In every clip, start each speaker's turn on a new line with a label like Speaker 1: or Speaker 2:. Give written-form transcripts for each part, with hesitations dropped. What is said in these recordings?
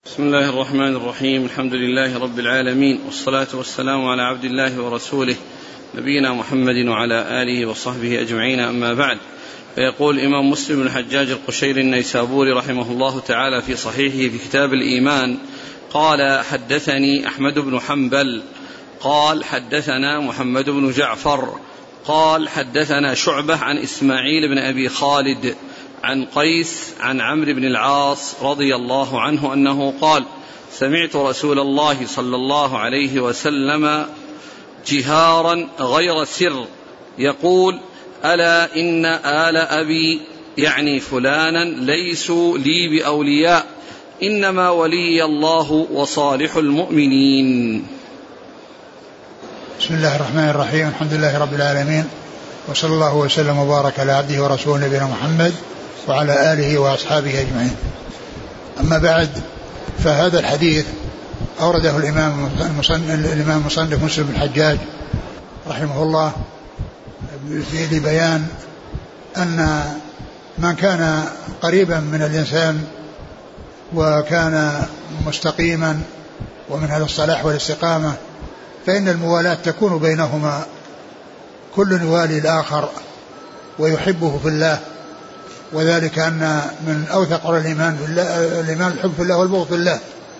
Speaker 1: بسم الله الرحمن الرحيم. الحمد لله رب العالمين، والصلاة والسلام على عبد الله ورسوله نبينا محمد وعلى آله وصحبه أجمعين، أما بعد. فيقول الإمام مسلم بن الحجاج القشيري النيسابوري رحمه الله تعالى في صحيحه في كتاب الإيمان قال: حدثني أحمد بن حنبل قال حدثنا محمد بن جعفر قال حدثنا شعبة عن إسماعيل بن أبي خالد عن قيس عن عمرو بن العاص رضي الله عنه أنه قال: سمعت رسول الله صلى الله عليه وسلم جهارا غير سر يقول: ألا إن آل أبي يعني فلانا ليسوا لي بأولياء، إنما ولي الله وصالح المؤمنين.
Speaker 2: بسم الله الرحمن الرحيم. الحمد لله رب العالمين، وصلى الله وسلم وبارك على عبده ورسوله نبينا محمد وعلى آله وأصحابه أجمعين. أما بعد، فهذا الحديث أورده الإمام المصنف مسلم بن الحجاج رحمه الله لبيان أن من كان قريبا من الإنسان وكان مستقيما ومن أهل الصلاح والاستقامة فإن الموالاة تكون بينهما، كل يوالي الآخر ويحبه في الله، وذلك أن من أوثق الإيمان بالله الإيمان الحب في الله والبغض في الله،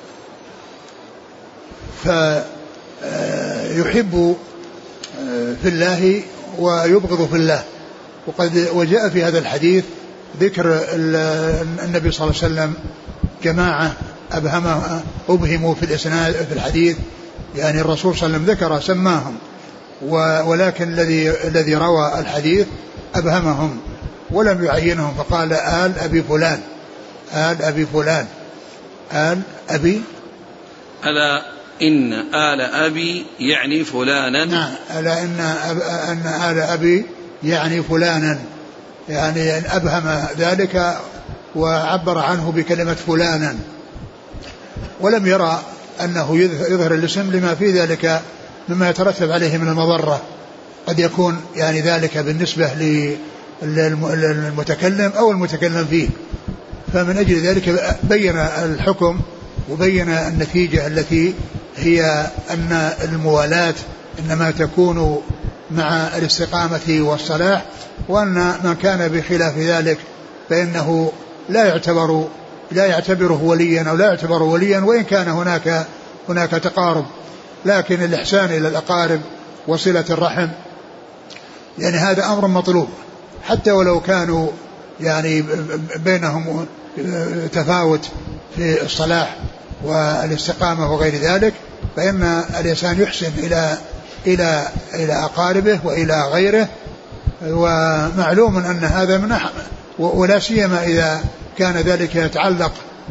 Speaker 2: فيحب في الله ويبغض في الله. وجاء في هذا الحديث ذكر النبي صلى الله عليه وسلم جماعة أبهموا في الإسناد في الحديث، يعني الرسول صلى الله عليه وسلم ذكر سماهم، ولكن الذي روى الحديث أبهمهم ولم يعينهم، فقال آل أبي فلان، آل أبي فلان، آل أبي،
Speaker 1: ألا إن آل أبي يعني فلانا.
Speaker 2: نعم، ألا أن آل أبي يعني فلانا، يعني أبهم ذلك وعبر عنه بكلمة فلانا، ولم يرى أنه يظهر الاسم لما في ذلك مما يترتب عليه من المضرة، قد يكون يعني ذلك بالنسبة للمتكلم أو المتكلم فيه، فمن أجل ذلك بين الحكم وبين النتيجة التي هي أن الموالاة إنما تكون مع الاستقامة والصلاح، وأن من كان بخلاف ذلك فإنه لا يعتبره وليا أو لا يعتبر وليا، وإن كان هناك تقارب، لكن الإحسان إلى الأقارب وصلة الرحم يعني هذا أمر مطلوب، حتى ولو كانوا يعني بينهم تفاوت في الصلاح والاستقامة وغير ذلك، فإن الإنسان يحسن إلى أقاربه وإلى غيره، ومعلوم أن هذا من ولا سيما إذا كان ذلك يتعلق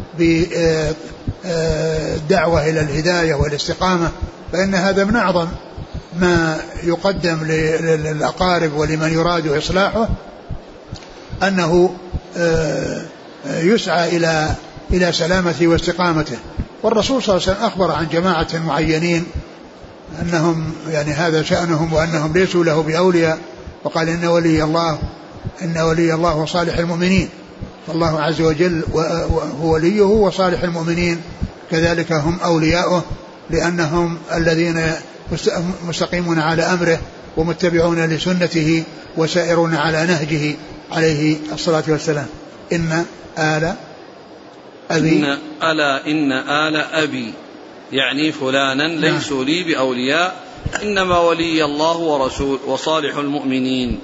Speaker 2: بالدعوة إلى الهداية والاستقامة، فإن هذا من أعظم ما يقدم للأقارب ولمن يراد إصلاحه، أنه يسعى إلى سلامته واستقامته. والرسول صلى الله عليه وسلم أخبر عن جماعة معينين أنهم يعني هذا شأنهم وأنهم ليسوا له بأولياء، وقال إن ولي الله وصالح المؤمنين، فالله عز وجل هو وليه وصالح المؤمنين كذلك هم أولياؤه، لأنهم الذين مستقيمون على أمره ومتبعون لسنته وسائرون على نهجه عليه الصلاة والسلام. إن آل أبي،
Speaker 1: إن آل أبي يعني فلانا ليسوا لي بأولياء، إنما ولي الله ورسول وصالح المؤمنين.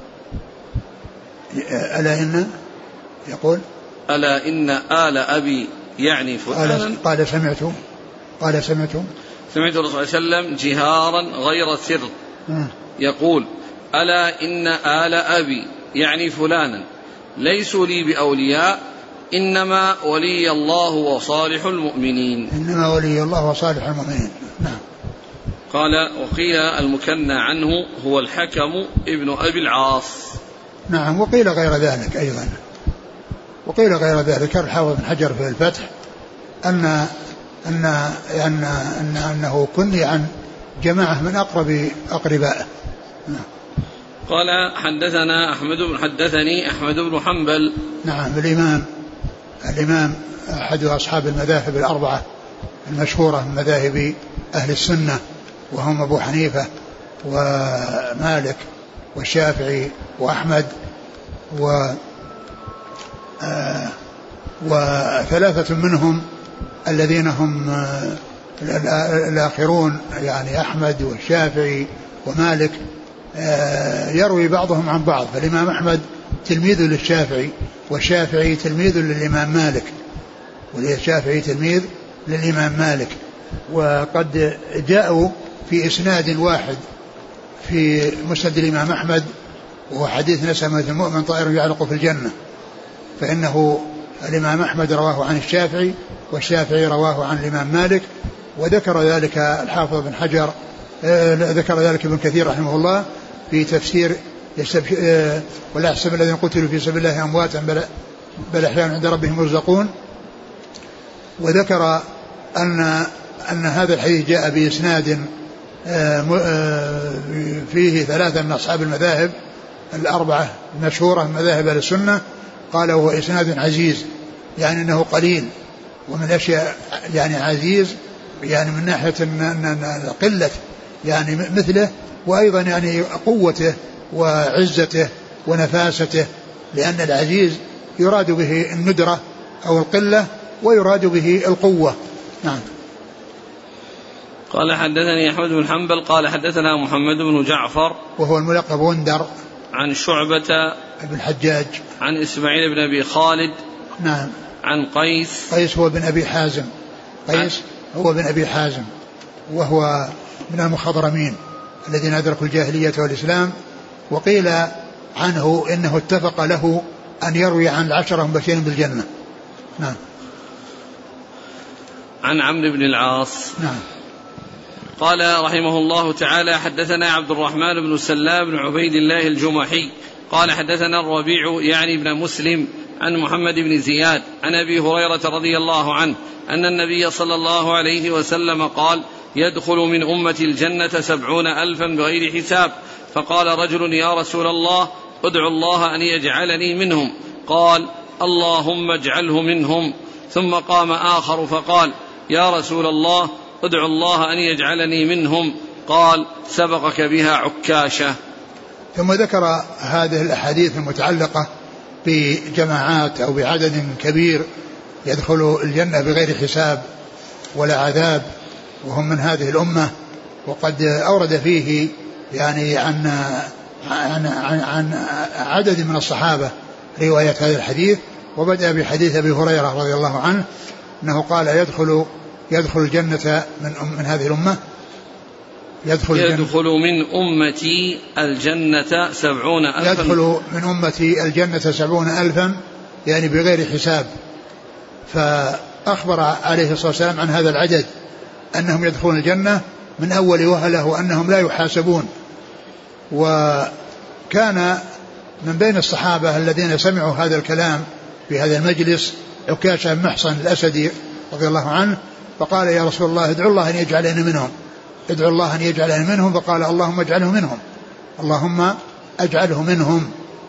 Speaker 2: ألا إن يقول
Speaker 1: ألا إن آل أبي يعني فلانا.
Speaker 2: قال سمعت
Speaker 1: الرسول صلى الله عليه وسلم جهارا غير سر يقول: ألا إن آل أبي يعني فلانا ليسوا لي بأولياء، إنما ولي الله وصالح المؤمنين.
Speaker 2: إنما ولي الله وصالح المؤمنين. نعم.
Speaker 1: قال: وقيل المكنى عنه هو الحكم ابن أبي العاص.
Speaker 2: نعم، وقيل غير ذلك أيضا، وقيل غير ذلك. الحافظ بن حجر في الفتح أنه كني عن جماعة من أقربائه.
Speaker 1: قال: حدثني أحمد بن حنبل.
Speaker 2: نعم، الإمام الإمام أحد أصحاب المذاهب الأربعة المشهورة من مذاهب أهل السنة، وهم أبو حنيفة ومالك والشافعي وأحمد وثلاثة منهم الذين هم الآخرون يعني أحمد والشافعي ومالك يروي بعضهم عن بعض. فالإمام أحمد تلميذ للشافعي، والشافعي تلميذ للإمام مالك، والشافعي تلميذ للإمام مالك. وقد جاءوا في إسناد واحد في مسند الإمام أحمد، وهو حديث نسمة المؤمن طائر يعلق في الجنة، فإنه الإمام أحمد رواه عن الشافعي، والشافعي رواه عن الإمام مالك. وذكر ذلك الحافظ بن حجر، ذكر ذلك ابن كثير رحمه الله في تفسير ولا يحسب الذين قتلوا في سبيل الله أمواتا بل أحياء عند ربهم يرزقون. وذكر أن هذا الحديث جاء بإسناد فيه ثلاثة من أصحاب المذاهب الأربعة المشهورة من مذاهب أهل السنة، قال هو إسناد عزيز، يعني أنه قليل، ومن الأشياء يعني عزيز يعني من ناحية قلة يعني مثله، وأيضا يعني قوته وعزته ونفاسته، لأن العزيز يراد به الندرة أو القلة، ويراد به القوة. نعم.
Speaker 1: قال حدثني أحمد بن حنبل قال حدثنا محمد بن جعفر
Speaker 2: وهو الملقب وندر،
Speaker 1: عن شعبة
Speaker 2: بن الحجاج،
Speaker 1: عن إسماعيل بن أبي خالد،
Speaker 2: نعم،
Speaker 1: عن قيس
Speaker 2: هو بن أبي حازم، هو بن أبي حازم، وهو من المخضرمين الذين أدركوا الجاهلية والإسلام. وقيل عنه إنه اتفق له أن يروي عن العشرة المبشرين بالجنة. نعم.
Speaker 1: عن عمرو بن العاص.
Speaker 2: نعم.
Speaker 1: قال رحمه الله تعالى حدثنا عبد الرحمن بن سلام بن عبيد الله الجمحي قال حدثنا الربيع يعني بن مسلم عن محمد بن زياد عن أبي هريرة رضي الله عنه أن النبي صلى الله عليه وسلم قال يدخل من أمة الجنة 70,000 بغير حساب. فقال رجل يا رسول الله ادعو الله أن يجعلني منهم. قال اللهم اجعله منهم. ثم قام آخر فقال يا رسول الله ادعو الله أن يجعلني منهم. قال سبقك بها عكاشة.
Speaker 2: ثم ذكر هذه الأحاديث المتعلقة بجماعات أو بعدد كبير يدخل الجنة بغير حساب ولا عذاب، وهم من هذه الأمة. وقد أورد فيه يعني عن عدد من الصحابة رواية هذا الحديث، وبدأ بحديث أبي هريرة رضي الله عنه أنه قال يدخل الجنة من هذه الأمة، يدخل
Speaker 1: من أمتي الجنة 70,000،
Speaker 2: يدخل من أمتي الجنة 70,000 يعني بغير حساب. فأخبر عليه الصلاة والسلام عن هذا العدد أنهم يدخلون الجنة من أول وهلة، وأنهم لا يحاسبون. وكان من بين الصحابة الذين سمعوا هذا الكلام في هذا المجلس عكاشة بن محصن الأسدي رضي الله عنه، فقال يا رسول الله ادعو الله أن يجعلني منهم، ادعو الله أن يجعلني منهم. فقال اللهم اجعله منهم، اللهم اجعله منهم.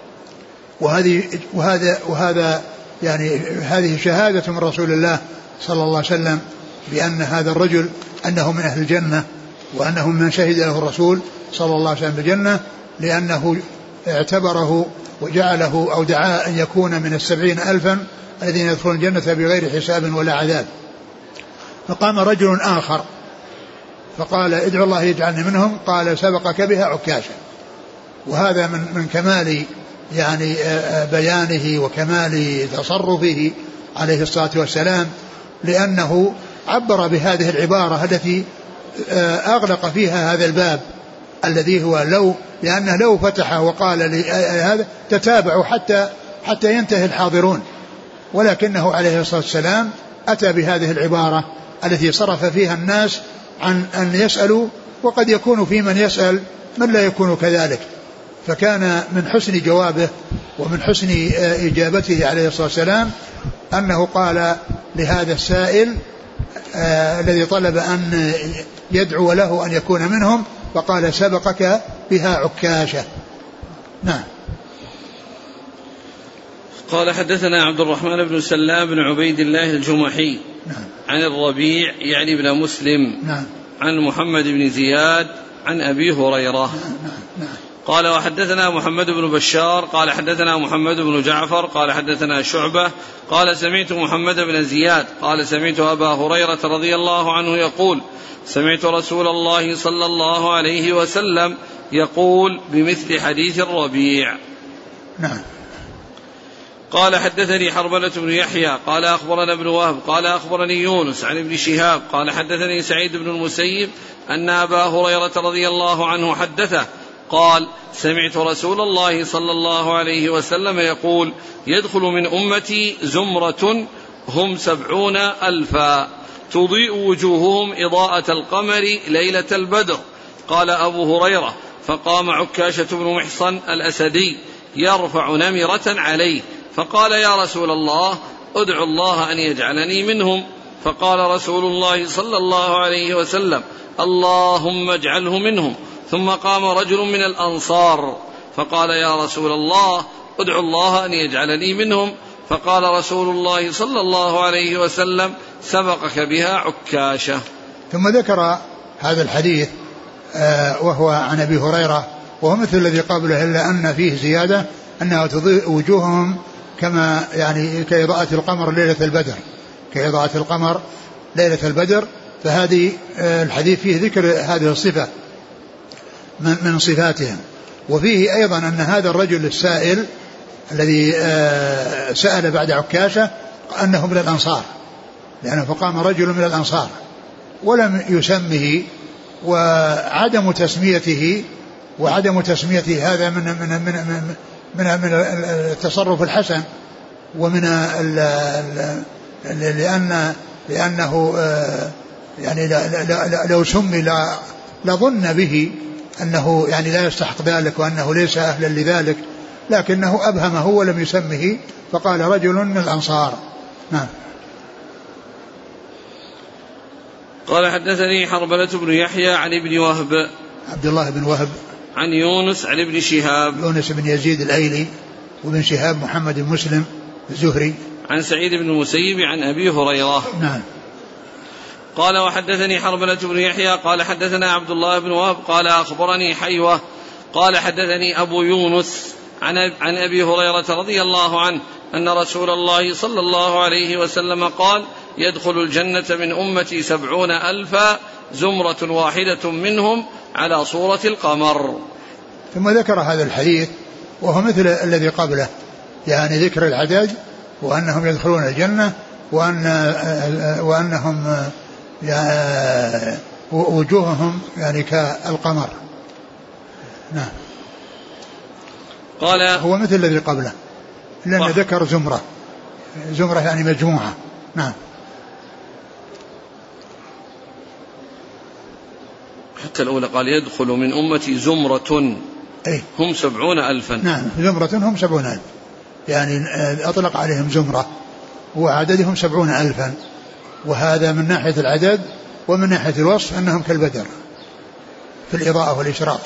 Speaker 2: وهذا يعني هذه شهادة من رسول الله صلى الله عليه وسلم بأن هذا الرجل أنه من أهل الجنة، وأنه من شهد له الرسول صلى الله عليه وسلم بالجنة، لأنه اعتبره وجعله أو دعا أن يكون من 70,000 الذين يدخلون الجنة بغير حساب ولا عذاب. فقام رجل آخر فقال ادعو الله يجعلني منهم. قال سبقك بها عكاشة. وهذا من كمال يعني بيانه وكمال تصرفه عليه الصلاة والسلام، لأنه عبر بهذه العبارة التي أغلق فيها هذا الباب الذي هو لأنه لو فتح وقال هذا تتابعوا حتى ينتهي الحاضرون، ولكنه عليه الصلاة والسلام أتى بهذه العبارة التي صرف فيها الناس عن أن يسألوا، وقد يكون في من يسأل من لا يكون كذلك. فكان من حسن جوابه ومن حسن إجابته عليه الصلاة والسلام أنه قال لهذا السائل الذي طلب أن يدعو له أن يكون منهم، فقال سبقك بها عكاشة. نعم.
Speaker 1: قال حدثنا عبد الرحمن بن سلام بن عبيد الله الجمحي عن الربيع يعني بن مسلم عن محمد بن زياد عن أبي هريرة قال وحدثنا محمد بن بشار قال حدثنا محمد بن جعفر قال حدثنا شعبة قال سمعت محمد بن زياد قال سمعت أبا هريرة رضي الله عنه يقول سمعت رسول الله صلى الله عليه وسلم يقول بمثل حديث الربيع. قال حدثني حرملة بن يحيى قال أخبرنا ابن وهب قال أخبرني يونس عن ابن شهاب قال حدثني سعيد بن المسيب أن أبا هريرة رضي الله عنه حدثه قال سمعت رسول الله صلى الله عليه وسلم يقول يدخل من أمتي زمرة هم 70,000 تضيء وجوههم إضاءة القمر ليلة البدر. قال أبو هريرة فقام عكاشة بن محصن الأسدي يرفع نمرة عليه فقال يا رسول الله ادعو الله أن يجعلني منهم. فقال رسول الله صلى الله عليه وسلم اللهم اجعله منهم. ثم قام رجل من الأنصار فقال يا رسول الله ادعو الله أن يجعلني منهم. فقال رسول الله صلى الله عليه وسلم سبقك بها عكاشة.
Speaker 2: ثم ذكر هذا الحديث وهو عن أبي هريرة وهو مثل الذي قبله إلا أن فيه زيادة أنها تضيء وجوههم كما يعني كإضاءة القمر ليلة البدر كإضاءة القمر ليلة البدر. فهذه الحديث فيه ذكر هذه الصفة من صفاتهم. وفيه أيضا أن هذا الرجل السائل الذي سأل بعد عكاشة أنه من الأنصار لأنه فقام رجل من الأنصار ولم يسمه وعدم تسميته هذا من التصرف الحسن ومن لأنه يعني لو سمي لظن به أنه يعني لا يستحق ذلك وأنه ليس أهلا لذلك لكنه أبهمه ولم يسمه فقال رجل من الأنصار.
Speaker 1: قال حدثني حرملة بن يحيى عن ابن وهب
Speaker 2: عبد الله بن وهب
Speaker 1: عن يونس عن ابن شهاب
Speaker 2: يونس بن يزيد الأيلي وابن شهاب محمد بن مسلم الزهري
Speaker 1: عن سعيد بن المسيب عن أبي هريرة. قال وحدثني حرملة بن يحيى قال حدثنا عبد الله بن وهب قال أخبرني حيوة قال حدثني أبو يونس عن أبي هريرة رضي الله عنه أن رسول الله صلى الله عليه وسلم قال يدخل الجنة من أمتي 70,000 زمرة واحدة منهم على صورة القمر.
Speaker 2: ثم ذكر هذا الحديث وهو مثل الذي قبله يعني ذكر العدد وأنهم يدخلون الجنة وأنهم وجوههم يعني كالقمر.
Speaker 1: قال
Speaker 2: هو مثل الذي قبله لأنه ذكر زمرة يعني مجموعة.
Speaker 1: حتى الأولى قال يدخل من أمتي زمرة هم 70,000.
Speaker 2: زمرة هم 70,000 يعني أطلق عليهم زمرة وعددهم 70,000 وهذا من ناحية العدد ومن ناحية الوصف أنهم كالبدر في الإضاءة والإشراق.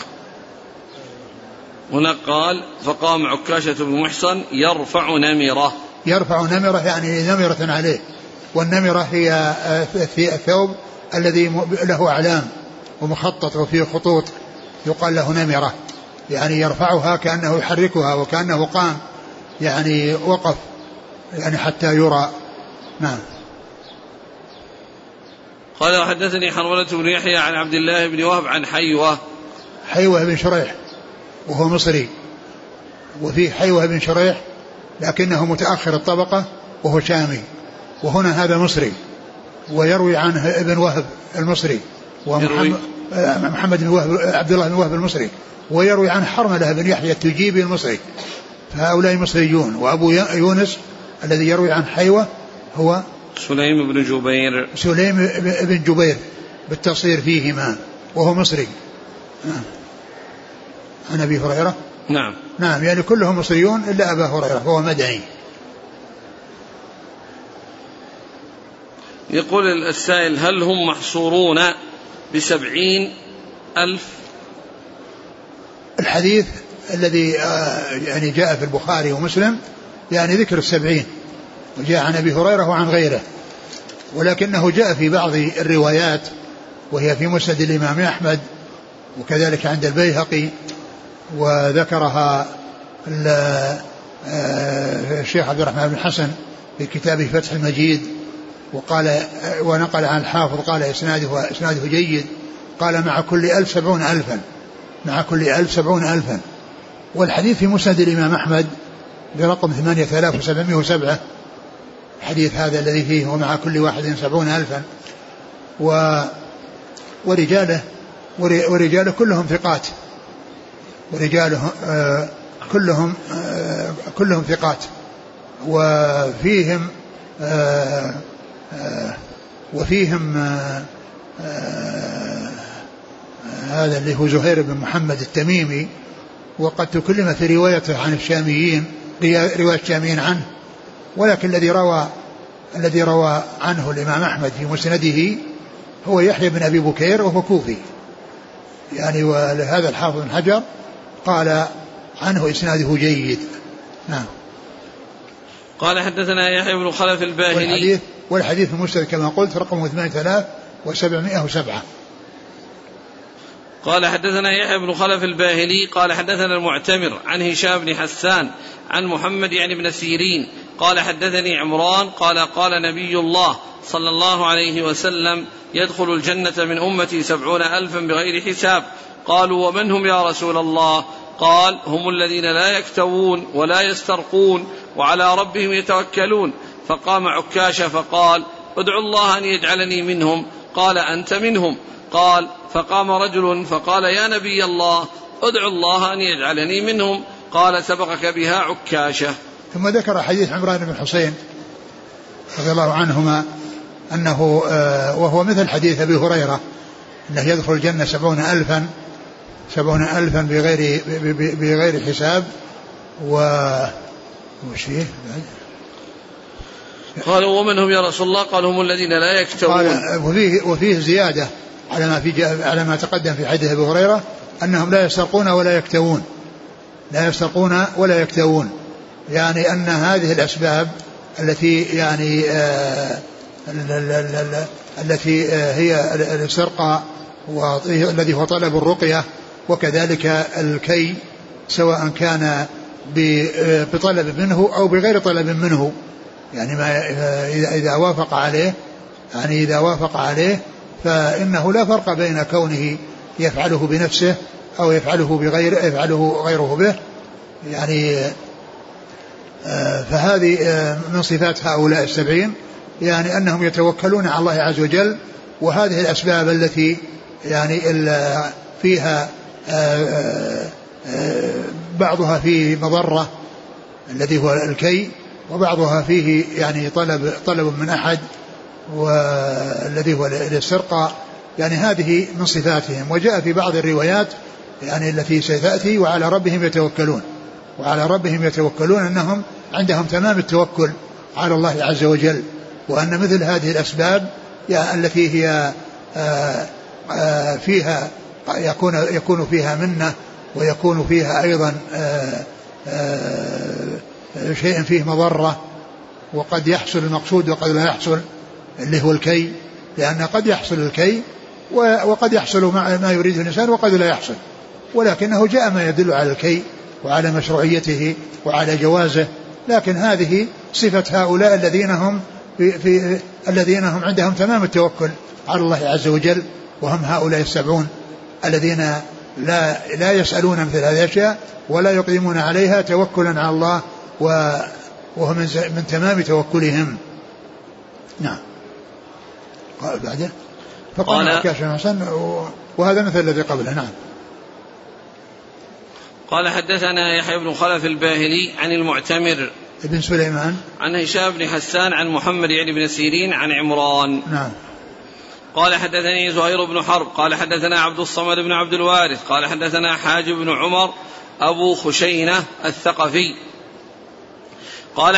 Speaker 1: هنا قال فقام عكاشة بن محصن يرفع نمرة
Speaker 2: يعني نمرة عليه والنمرة هي في الثوب الذي له أعلام ومخطط وفيه خطوط يقال له نمرة يعني يرفعها كأنه يحركها وكأنه قام يعني وقف يعني حتى يرى.
Speaker 1: قال وحدثني حرملة بن يحيى عن عبد الله بن وهب عن حيوة
Speaker 2: بن شريح وهو مصري وفيه حيوة بن شريح لكنه متأخر الطبقة وهو شامي وهنا هذا مصري ويروي عنه ابن وهب المصري ومحمد بن وهب عبد الله بن وهب المصري ويروي عن حرملة بن يحيى التجيبي المصري فهؤلاء مصريون. وأبو يونس الذي يروي عن حيوة هو
Speaker 1: سليم
Speaker 2: بن جبير بالتصير فيهما وهو مصري. عن أبي هريرة نعم يعني كلهم مصريون إلا أبا هريرة هو مدعي.
Speaker 1: يقول السائل هل هم محصورون ب70,000؟
Speaker 2: الحديث الذي يعني جاء في البخاري ومسلم يعني ذكر 70، وجاء عن أبي هريرة وعن غيره، ولكنه جاء في بعض الروايات وهي في مسند الإمام أحمد وكذلك عند البيهقي، وذكرها الشيخ عبد الرحمن بن حسن في كتابه فتح المجيد، وقال ونقل عن الحافظ قال إسناده جيد، قال مع كل 1000 70 ألفا، مع كل 1000 70 ألفا. والحديث في مسند الإمام أحمد برقم 8707، الحديث هذا الذي فيه ومع كل واحد 70 ألفا، ورجاله كلهم ثقات، ورجاله كلهم ثقات، وفيهم هذا اللي هو زهير بن محمد التميمي، وقد تكلم في روايته عن الشاميين، رواية الشاميين عنه، ولكن الذي روى عنه الإمام أحمد في مسنده هو يحيى بن أبي بكير وهو كوفي يعني، ولهذا الحافظ بن حجر قال عنه إسناده جيد. نعم.
Speaker 1: قال حدثنا يحيى بن خلف الباهلي،
Speaker 2: والحديث المسند كما قلت رقمه 8707.
Speaker 1: قال حدثنا يحيى بن خلف الباهلي قال حدثنا المعتمر عن هشام بن حسان عن محمد يعني بن سيرين قال حدثني عمران قال قال نبي الله صلى الله عليه وسلم يدخل الجنة من أمتي 70 ألفا بغير حساب. قالوا ومن هم يا رسول الله؟ قال هم الذين لا يكتوون ولا يسترقون وعلى ربهم يتوكلون. فقام عكاشة فقال ادعوا الله أن يجعلني منهم. قال أنت منهم. قال فقام رجل فقال يا نبي الله ادعوا الله أن يجعلني منهم. قال سبقك بها عكاشة.
Speaker 2: ثم ذكر حديث عمران بن حسين رضي الله عنهما أنه وهو مثل حديث أبي هريرة أنه يدخل الجنة 70 ألفا بغير حساب.
Speaker 1: قالوا ومن هم يا رسول الله؟ قال هم الذين لا يكتوون.
Speaker 2: وفيه زيادة على ما تقدم في حديث أبي هريرة أنهم لا يسرقون ولا يكتوون، يعني أن هذه الأسباب التي يعني التي هي السرقة والذي هو طلب الرقية وكذلك الكي سواء كان بطلب منه أو بغير طلب منه، يعني إذا وافق عليه فإنه لا فرق بين كونه يفعله بنفسه أو يفعله غيره به، يعني فهذه من صفات هؤلاء 70، يعني أنهم يتوكلون على الله عز وجل. وهذه الأسباب التي يعني فيها بعضها فيه مضرة الذي هو الكي، وبعضها فيه يعني طلب من أحد والذي هو السرقة، يعني هذه من صفاتهم. وجاء في بعض الروايات يعني التي ستأتي وعلى ربهم يتوكلون أنهم عندهم تمام التوكل على الله عز وجل، وأن مثل هذه الأسباب يعني التي هي فيها يكون فيها منة ويكون فيها أيضا شيء فيه مضرة، وقد يحصل المقصود وقد لا يحصل اللي هو الكي، لأن قد يحصل الكي وقد يحصل ما يريده الإنسان وقد لا يحصل، ولكنه جاء ما يدل على الكي وعلى مشروعيته وعلى جوازه. لكن هذه صفة هؤلاء الذين هم عندهم تمام التوكل على الله عز وجل، وهم هؤلاء 70 الذين لا يسألون مثل هذه الأشياء ولا يقدمون عليها توكلا على الله وهم من تمام توكلهم. نعم. قال بعده فقال عكاشة حسن، وهذا مثل الذي قبله. نعم.
Speaker 1: قال حدثنا يحيى بن خلف الباهلي عن المعتمر
Speaker 2: ابن سليمان
Speaker 1: عن هشام بن حسان عن محمد يعني بن سيرين عن عمران.
Speaker 2: نعم.
Speaker 1: قال حدثني زهير بن حرب قال حدثنا عبد الصمد بن عبد الوارث قال حدثنا حاجب بن عمر أبو خشينة الثقفي قال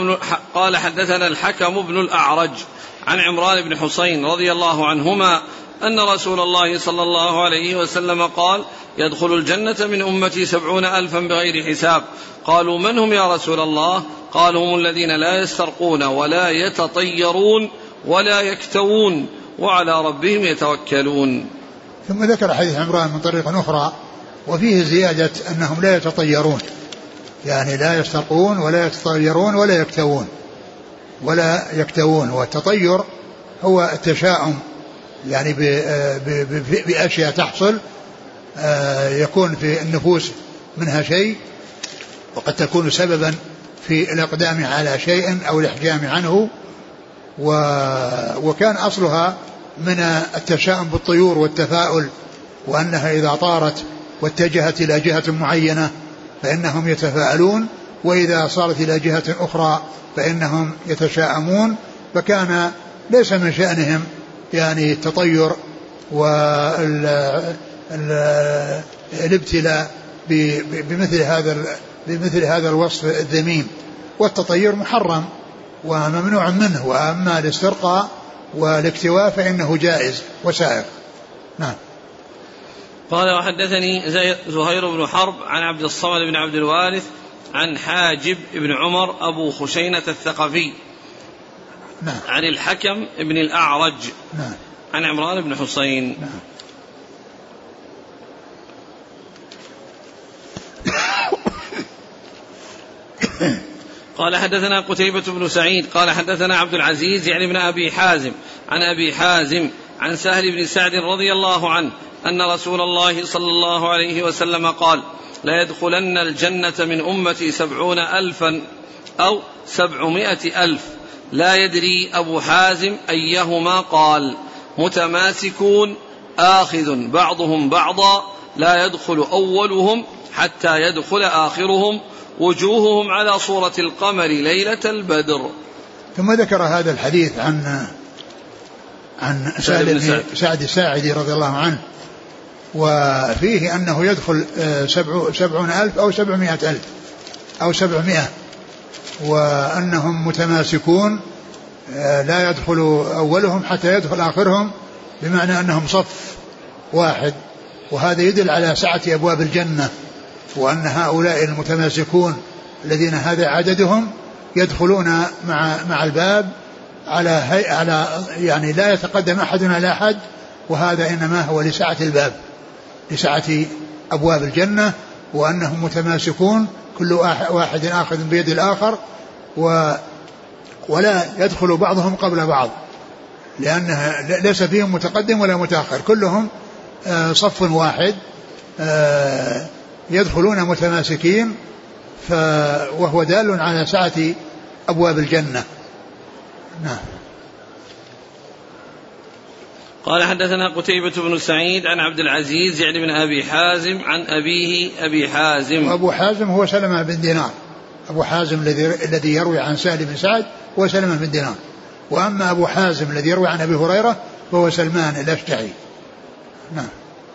Speaker 1: حدثنا الحكم بن الأعرج عن عمران بن حسين رضي الله عنهما أن رسول الله صلى الله عليه وسلم قال: يدخل الجنة من أمتي 70,000 بغير حساب. قالوا: من هم يا رسول الله؟ قال: هم الذين لا يسترقون ولا يتطيرون ولا يكتوون وعلى ربهم يتوكلون.
Speaker 2: ثم ذكر حديث عمران من طريق أخرى وفيه زيادة أنهم لا يتطيرون، يعني لا يسترقون ولا يتطيرون ولا يكتوون. والتطير هو التشاؤم، يعني بأشياء تحصل يكون في النفوس منها شيء، وقد تكون سببا في الإقدام على شيء أو الإحجام عنه. وكان أصلها من التشاؤم بالطيور والتفاؤل، وأنها إذا طارت واتجهت إلى جهة معينة فإنهم يتفاءلون، وإذا صارت إلى جهة أخرى فإنهم يتشاءمون. فكان ليس من شأنهم يعني التطير والابتلاء بمثل هذا الوصف الذميم. والتطير محرم وممنوع منه، وأما الاسترقاء والاكتواء فإنه جائز وسائغ. نعم.
Speaker 1: قال: وحدثني زهير بن حرب عن عبد الصمد بن عبد الوارث عن حاجب بن عمر أبو خشينة الثقفي.
Speaker 2: نعم.
Speaker 1: عن الحكم بن الأعرج.
Speaker 2: نعم.
Speaker 1: عن عمران بن حسين.
Speaker 2: نعم.
Speaker 1: قال: حدثنا قتيبة بن سعيد قال: حدثنا عبد العزيز يعني بن أبي حازم عن أبي حازم عن سهل بن سعد رضي الله عنه أن رسول الله صلى الله عليه وسلم قال: لا يدخلن الجنة من أمتي 70,000 أو 700,000. لا يدري أبو حازم أيهما قال. متماسكون آخذ بعضهم بعضا، لا يدخل أولهم حتى يدخل آخرهم، وجوههم على صورة القمر ليلة البدر.
Speaker 2: ثم ذكر هذا الحديث عن سعد الساعدي رضي الله عنه، وفيه أنه يدخل 70,000 أو 700,000 أو 700، وأنهم متماسكون لا يدخل أولهم حتى يدخل آخرهم، بمعنى أنهم صف واحد. وهذا يدل على سعة أبواب الجنة، وأن هؤلاء المتماسكون الذين هذا عددهم يدخلون مع الباب على يعني لا يتقدم أحد على أحد، وهذا إنما هو لسعة الباب، لسعة أبواب الجنة، وأنهم متماسكون كل واحد آخذ بيد الآخر، ولا يدخل بعضهم قبل بعض، لأنها ليس فيهم متقدم ولا متأخر، كلهم صف واحد يدخلون متماسكين، وهو دال على سعة أبواب الجنة. نعم.
Speaker 1: قال: حدثنا قتيبة بن سعيد عن عبد العزيز يعني بن أبي حازم عن أبيه أبي حازم.
Speaker 2: وأبو حازم هو سلمة بن دينار. أبو حازم الذي يروي عن سهل بن سعد هو سلمة بن دينار، وأما أبو حازم الذي يروي عن أبي هريرة فهو سلمان الأشجعي. نعم.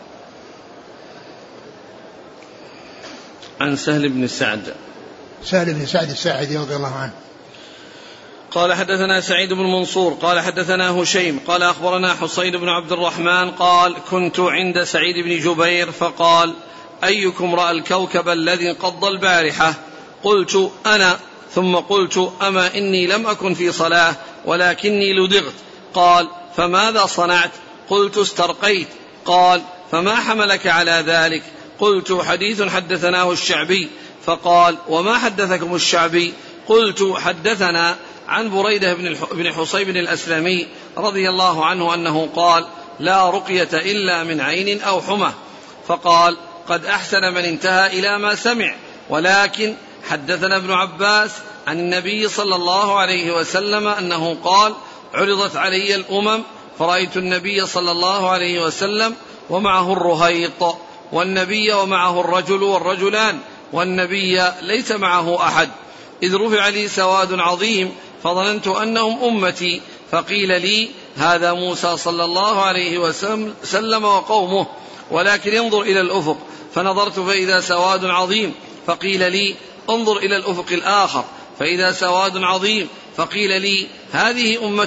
Speaker 1: عن سهل بن سعد
Speaker 2: الساعدي رضي الله عنه.
Speaker 1: قال: حدثنا سعيد بن منصور قال: حدثنا هشيم قال: أخبرنا حصين بن عبد الرحمن قال: كنت عند سعيد بن جبير فقال: أيكم رأى الكوكب الذي انقض البارحة؟ قلت: أنا. ثم قلت: أما إني لم أكن في صلاة ولكني لدغت. قال: فماذا صنعت؟ قلت: استرقيت. قال: فما حملك على ذلك؟ قلت: حديث حدثناه الشعبي. فقال: وما حدثكم الشعبي؟ قلت: حدثنا عن بريدة بن حصيب الأسلمي رضي الله عنه أنه قال: لا رقية إلا من عين أو حمى. فقال: قد أحسن من انتهى إلى ما سمع، ولكن حدثنا ابن عباس عن النبي صلى الله عليه وسلم أنه قال: عرضت علي الأمم فرأيت النبي صلى الله عليه وسلم ومعه الرهيط، والنبي ومعه الرجل والرجلان، والنبي ليس معه أحد، إذ رفع لي سواد عظيم فظننت أنهم أمتي، فقيل لي: هذا موسى صلى الله عليه وسلم وقومه، ولكن انظر إلى الأفق. فنظرت فإذا سواد عظيم، فقيل لي: انظر إلى الأفق الآخر، فإذا سواد عظيم، فقيل لي: هذه أمتك.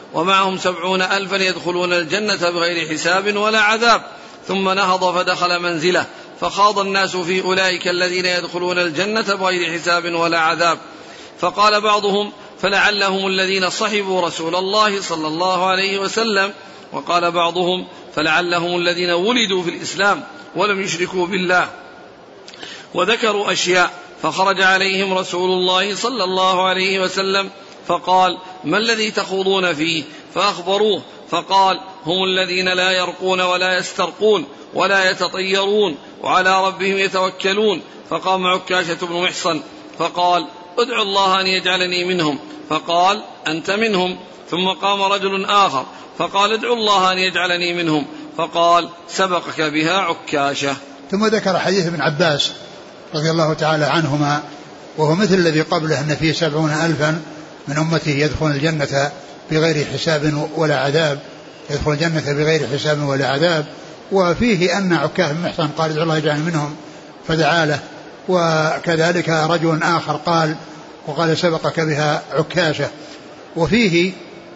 Speaker 1: ومعهم 70,000 يدخلون الجنة بغير حساب ولا عذاب. ثم نهض فدخل منزله، فخاض الناس في أولئك الذين يدخلون الجنة بغير حساب ولا عذاب. فقال بعضهم: فلعلهم الذين صحبوا رسول الله صلى الله عليه وسلم. وقال بعضهم: فلعلهم الذين ولدوا في الإسلام ولم يشركوا بالله. وذكروا أشياء، فخرج عليهم رسول الله صلى الله عليه وسلم فقال: ما الذي تخوضون فيه؟ فأخبروه، فقال: هم الذين لا يرقون ولا يسترقون ولا يتطيرون وعلى ربهم يتوكلون. فقام عكاشة بن محصن فقال: ادعو الله أن يجعلني منهم. فقال: أنت منهم. ثم قام رجل آخر فقال: ادعو الله أن يجعلني منهم. فقال: سبقك بها عكاشة.
Speaker 2: ثم ذكر حديث ابن عباس رضي الله تعالى عنهما، وهو مثل الذي قبله، أن فيه 70,000 من أمته يدخلون الجنة بغير حساب ولا عذاب، يدخل الجنة بغير حساب ولا عذاب. وفيه أن عكاشة بن محصن قال: ادعو الله يجعلني منهم، فدعا له. وكذلك رجل آخر قال: سبقك بها عكاشة. وفيه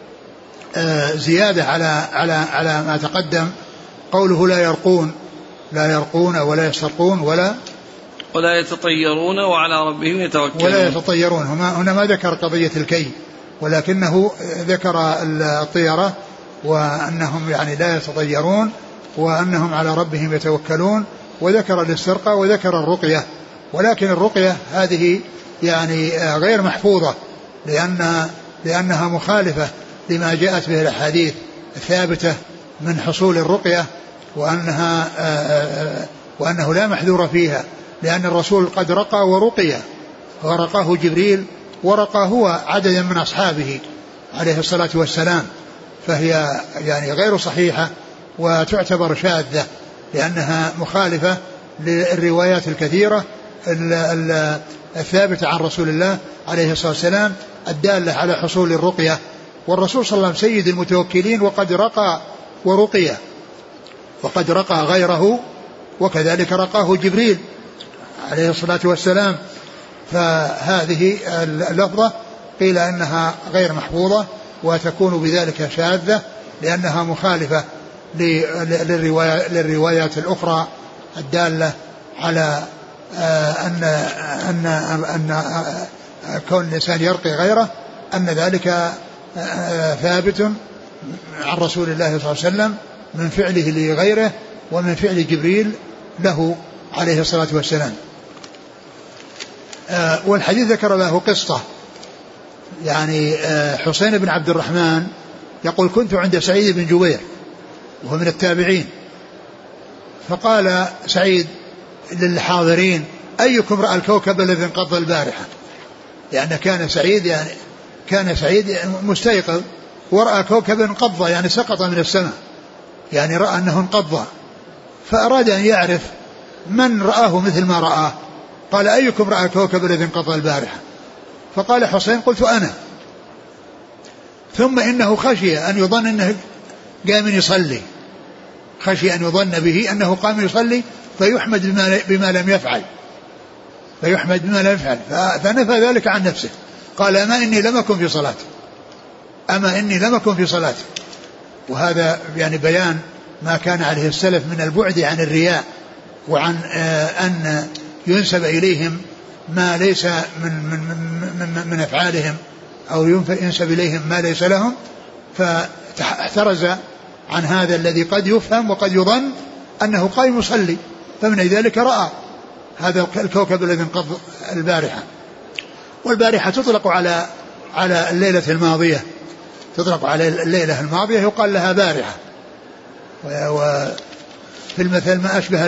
Speaker 2: زيادة على ما تقدم، قوله: لا يرقون ولا يسترقون
Speaker 1: ولا يتطيرون وعلى ربهم يتوكلون.
Speaker 2: ولا يتطيرون، هنا ما ذكر قضية الكي، ولكنه ذكر الطيرة، وأنهم يعني لا يتطيرون وأنهم على ربهم يتوكلون، وذكر الاسترقاء وذكر الرقية. ولكن الرقية هذه يعني غير محفوظة، لأنها مخالفة لما جاءت به الأحاديث الثابتة من حصول الرقية، وأنه لا محذور فيها، لأن الرسول قد رقى ورقي، ورقاه جبريل ورقى هو عددا من أصحابه عليه الصلاة والسلام. فهي يعني غير صحيحة وتعتبر شاذة، لأنها مخالفة للروايات الكثيرة الثابتة عن رسول الله عليه الصلاة والسلام الدالة على حصول الرقية. والرسول صلى الله عليه وسلم سيد المتوكلين، وقد رقى ورقي، وقد رقى غيره، وكذلك رقاه جبريل عليه الصلاة والسلام. فهذه اللفظة قيل أنها غير محفوظة، وتكون بذلك شاذة، لأنها مخالفة للروايات الأخرى الدالة على أن كون الإنسان يرقي غيره، أن ذلك ثابت عن رسول الله صلى الله عليه وسلم من فعله لغيره ومن فعل جبريل له عليه الصلاة والسلام. والحديث ذكر له قصة، يعني حسين بن عبد الرحمن يقول: كنت عند سعيد بن جبير وهو من التابعين، فقال سعيد للحاضرين: أيكم رأى الكوكب الذي انقض البارحة؟ يعني كان سعيد مستيقظ ورأى كوكبا انقض، يعني سقط من السماء، يعني رأى أنه انقض، فأراد أن يعرف من رآه مثل ما رآه. قال: أيكم رأى الكوكب الذي انقض البارحة؟ فقال حسين: قلت أنا. ثم إنه خشي أن يظن أنه قام يصلي، خشي أن يظن به أنه قام يصلي فيحمد بما لم يفعل، فنفى ذلك عن نفسه. قال: أما إني لم أكن في صلاة. وهذا يعني بيان ما كان عليه السلف من البعد عن الرياء، وعن أن ينسب إليهم ما ليس من أفعالهم، أو ينسب إليهم ما ليس لهم، فاحترز عن هذا الذي قد يفهم وقد يظن أنه قائم يصلي، فمن ذلك رأى هذا الكوكب الذي انقض البارحة. والبارحة تطلق على الليلة الماضية، يقال لها بارحة. وفي المثل: ما أشبه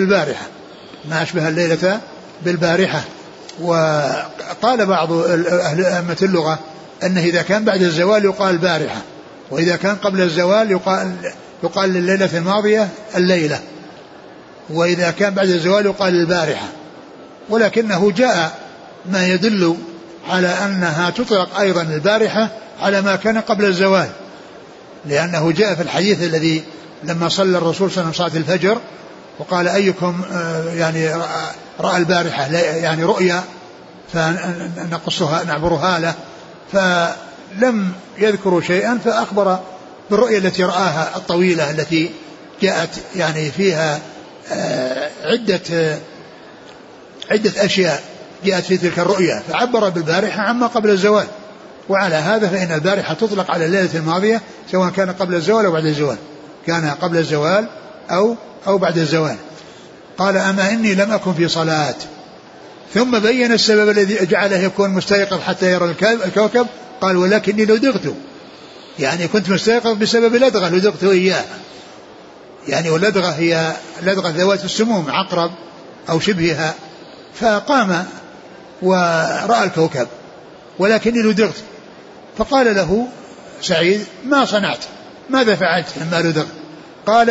Speaker 2: الليلة بالبارحة. وقال بعض أئمة اللغة أنه إذا كان بعد الزوال يقال بارحة، وإذا كان قبل الزوال يقال لليلة الماضية الليلة، وإذا كان بعد الزوال يقال البارحة. ولكنه جاء ما يدل على أنها تطلق أيضا البارحة على ما كان قبل الزوال، لأنه جاء في الحديث الذي لما صلى الرسول صلى الله عليه وسلم صلاة الفجر وقال: أيكم يعني رأى البارحة، يعني رؤيا، فنقصها نعبرها له، لم يذكروا شيئا، فأخبر بالرؤية التي رآها الطويلة التي جاءت يعني فيها عدة أشياء جاءت في تلك الرؤية، فعبر بالبارحة عما قبل الزوال. وعلى هذا فإن البارحة تطلق على الليلة الماضية سواء كان قبل الزوال أو بعد الزوال، كان قبل الزوال أو بعد الزوال. قال أما إني لم أكن في صلاة، ثم بين السبب الذي جعله يكون مستيقظ حتى يرى الكوكب. قال ولكني لدغت، يعني كنت مستيقظ بسبب لدغة لدغت إياه، يعني واللدغة هي لدغة ذوات السموم، عقرب أو شبهها، فقام ورأى الكوكب ولكني لدغت. فقال له سعيد ما صنعت، ماذا فعلت لما لدغت؟ قال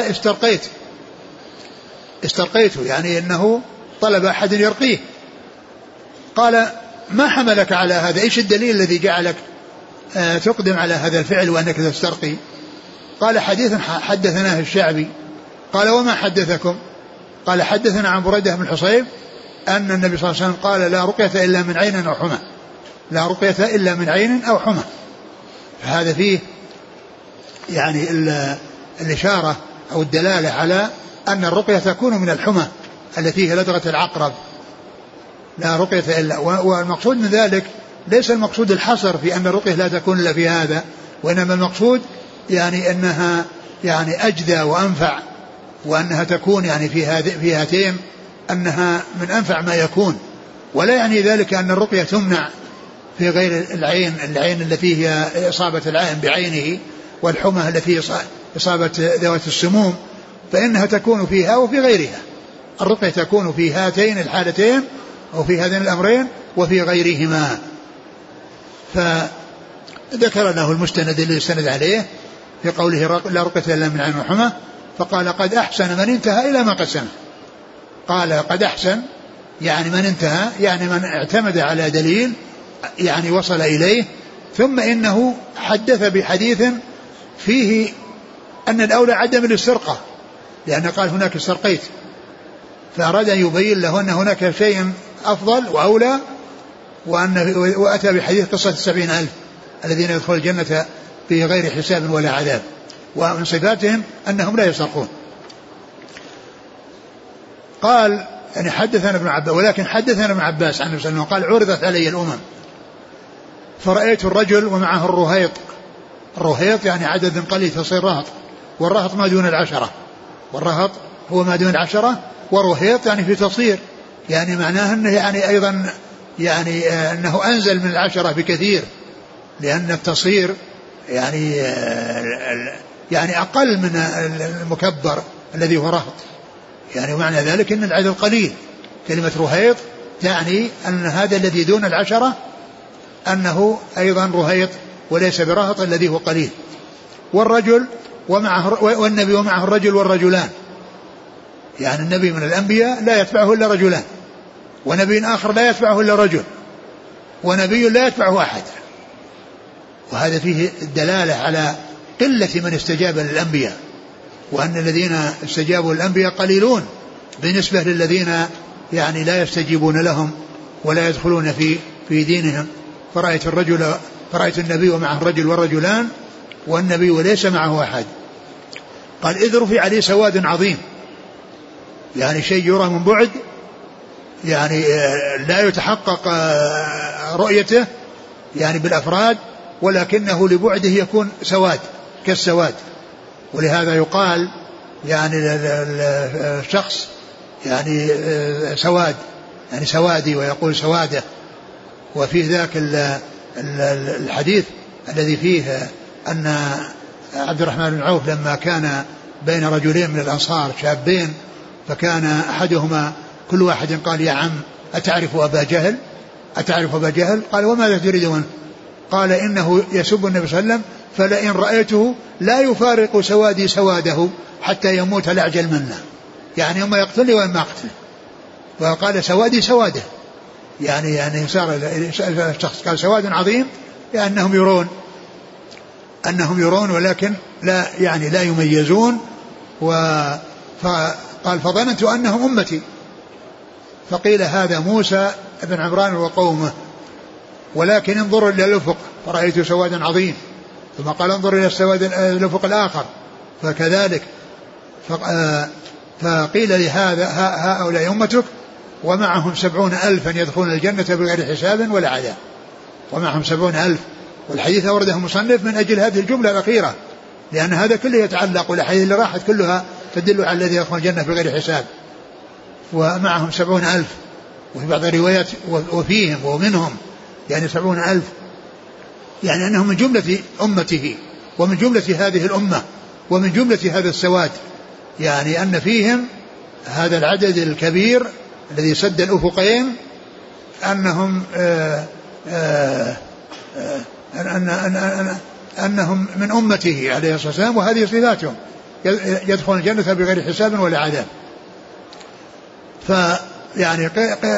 Speaker 2: استرقيت يعني أنه طلب أحد يرقيه. قال ما حملك على هذا؟ إيش الدليل الذي جعلك تقدم على هذا الفعل وأنك تسترقي؟ قال حديث حدثناه الشعبي. قال وما حدثكم؟ قال حدثنا عن بريدة بن الحصيب أن النبي صلى الله عليه وسلم قال لا رقية إلا من عين أو حمى، لا رقية إلا من عين أو حمى. فهذا فيه يعني الإشارة أو الدلالة على أن الرقية تكون من الحمى التي هي لدغة العقرب، لا رقية إلا. والمقصود من ذلك ليس المقصود الحصر في أن الرقية لا تكون إلا في هذا، وإنما المقصود يعني أنها يعني أجدى وأنفع، وأنها تكون يعني في هاتين أنها من أنفع ما يكون. ولا يعني ذلك أن الرقية تمنع في غير العين التي هي إصابة العين بعينه، والحمى التي إصابة ذوات السموم، فإنها تكون فيها وفي غيرها. الرقية تكون في هاتين الحالتين أو في هذين الأمرين وفي غيرهما. فذكر له المستند الذي استند عليه في قوله لا رقية إلا من عين وحمى. فقال قد أحسن من انتهى إلى ما قد سمع. قال قد أحسن يعني من انتهى، يعني من اعتمد على دليل يعني وصل إليه، ثم إنه حدث بحديث فيه أن الأولى عدم الاسترقاء، لأن قال هناك استرقيت، فأراد أن يبين له أن هناك شيء أفضل وأولى، وأتى بحديث قصة 70,000 الذين يدخلون الجنة بغير حساب ولا عذاب، ومن صفاتهم أنهم لا يسرقون. قال يعني حدثنا ابن عباس، ولكن حدثنا ابن عباس عن النبي قال عرضت علي الأمم فرأيت الرجل ومعه الرهيط يعني عدد قليل تصير رهط، والرهط ما دون 10، والرهط هو ما دون 10، ورهيط يعني في تصير، يعني معناه أنه يعني أيضا يعني أنه أنزل من 10 بكثير، لأن التصير يعني أقل من المكبر الذي هو رهط، يعني معنى ذلك أن العدد قليل. كلمة رهيط تعني أن هذا الذي دون 10 أنه أيضا رهيط وليس برهط الذي هو قليل. والرجل والنبي ومعه الرجل والرجلان، يعني النبي من الأنبياء لا يتبعه إلا رجلان، ونبي آخر لا يتبعه إلا رجل، ونبي لا يتبعه أحد. وهذا فيه الدلالة على قلة من استجاب للأنبياء، وأن الذين استجابوا للأنبياء قليلون بالنسبة للذين يعني لا يستجيبون لهم ولا يدخلون في دينهم. فرأيت النبي ومعه الرجل والرجلان، والنبي وليس معه أحد. قال إذ رفع عليه سواد عظيم، يعني شيء يرى من بعد، يعني لا يتحقق رؤيته يعني بالأفراد، ولكنه لبعده يكون سواد كالسواد. ولهذا يقال يعني الشخص يعني سواد، يعني سوادي، ويقول سواده. وفي ذاك الحديث الذي فيه أن عبد الرحمن بن عوف لما كان بين رجلين من الأنصار شابين، فكان أحدهما كل واحد قال يا عم أتعرف أبا جهل؟ قال وماذا تريد منه؟ قال إنه يسب النبي صلى الله عليه وسلم، فلئن رأيته لا يفارق سوادي سواده حتى يموت الأعجل منا، يعني أما يقتلني وإما أقتله. وقال سوادي سواده، يعني صار الشخص قال سواد عظيم، لأنهم يرون ولكن لا يميزون. فقال فظننت أنهم أمتي، فقيل هذا موسى بن عمران وقومه، ولكن انظروا إلى الأفق فرأيت سوادا عظيم، ثم قال انظر إلى السواد الأفق الآخر فكذلك. فقيل لهذا هؤلاء أمتك ومعهم 70,000 يدخلون الجنة بغير حساب ولا عذاب، ومعهم 70,000. والحديث أورده المصنف من أجل هذه الجملة الأخيرة، لأن هذا كله يتعلق، والأحاديث اللي راحت كلها تدل على الذي يدخل الجنة بغير حساب. ومعهم 70,000، وفي بعض الروايات وفيهم ومنهم، يعني 70,000، يعني أنهم من جملة أمته ومن جملة هذه الأمة ومن جملة هذا السواد، يعني أن فيهم هذا العدد الكبير الذي سد الأفقين أنهم أنهم من أمته عليه الصلاة والسلام، وهذه صفاتهم، يدخلون الجنة بغير حساب ولا عذاب. فيعني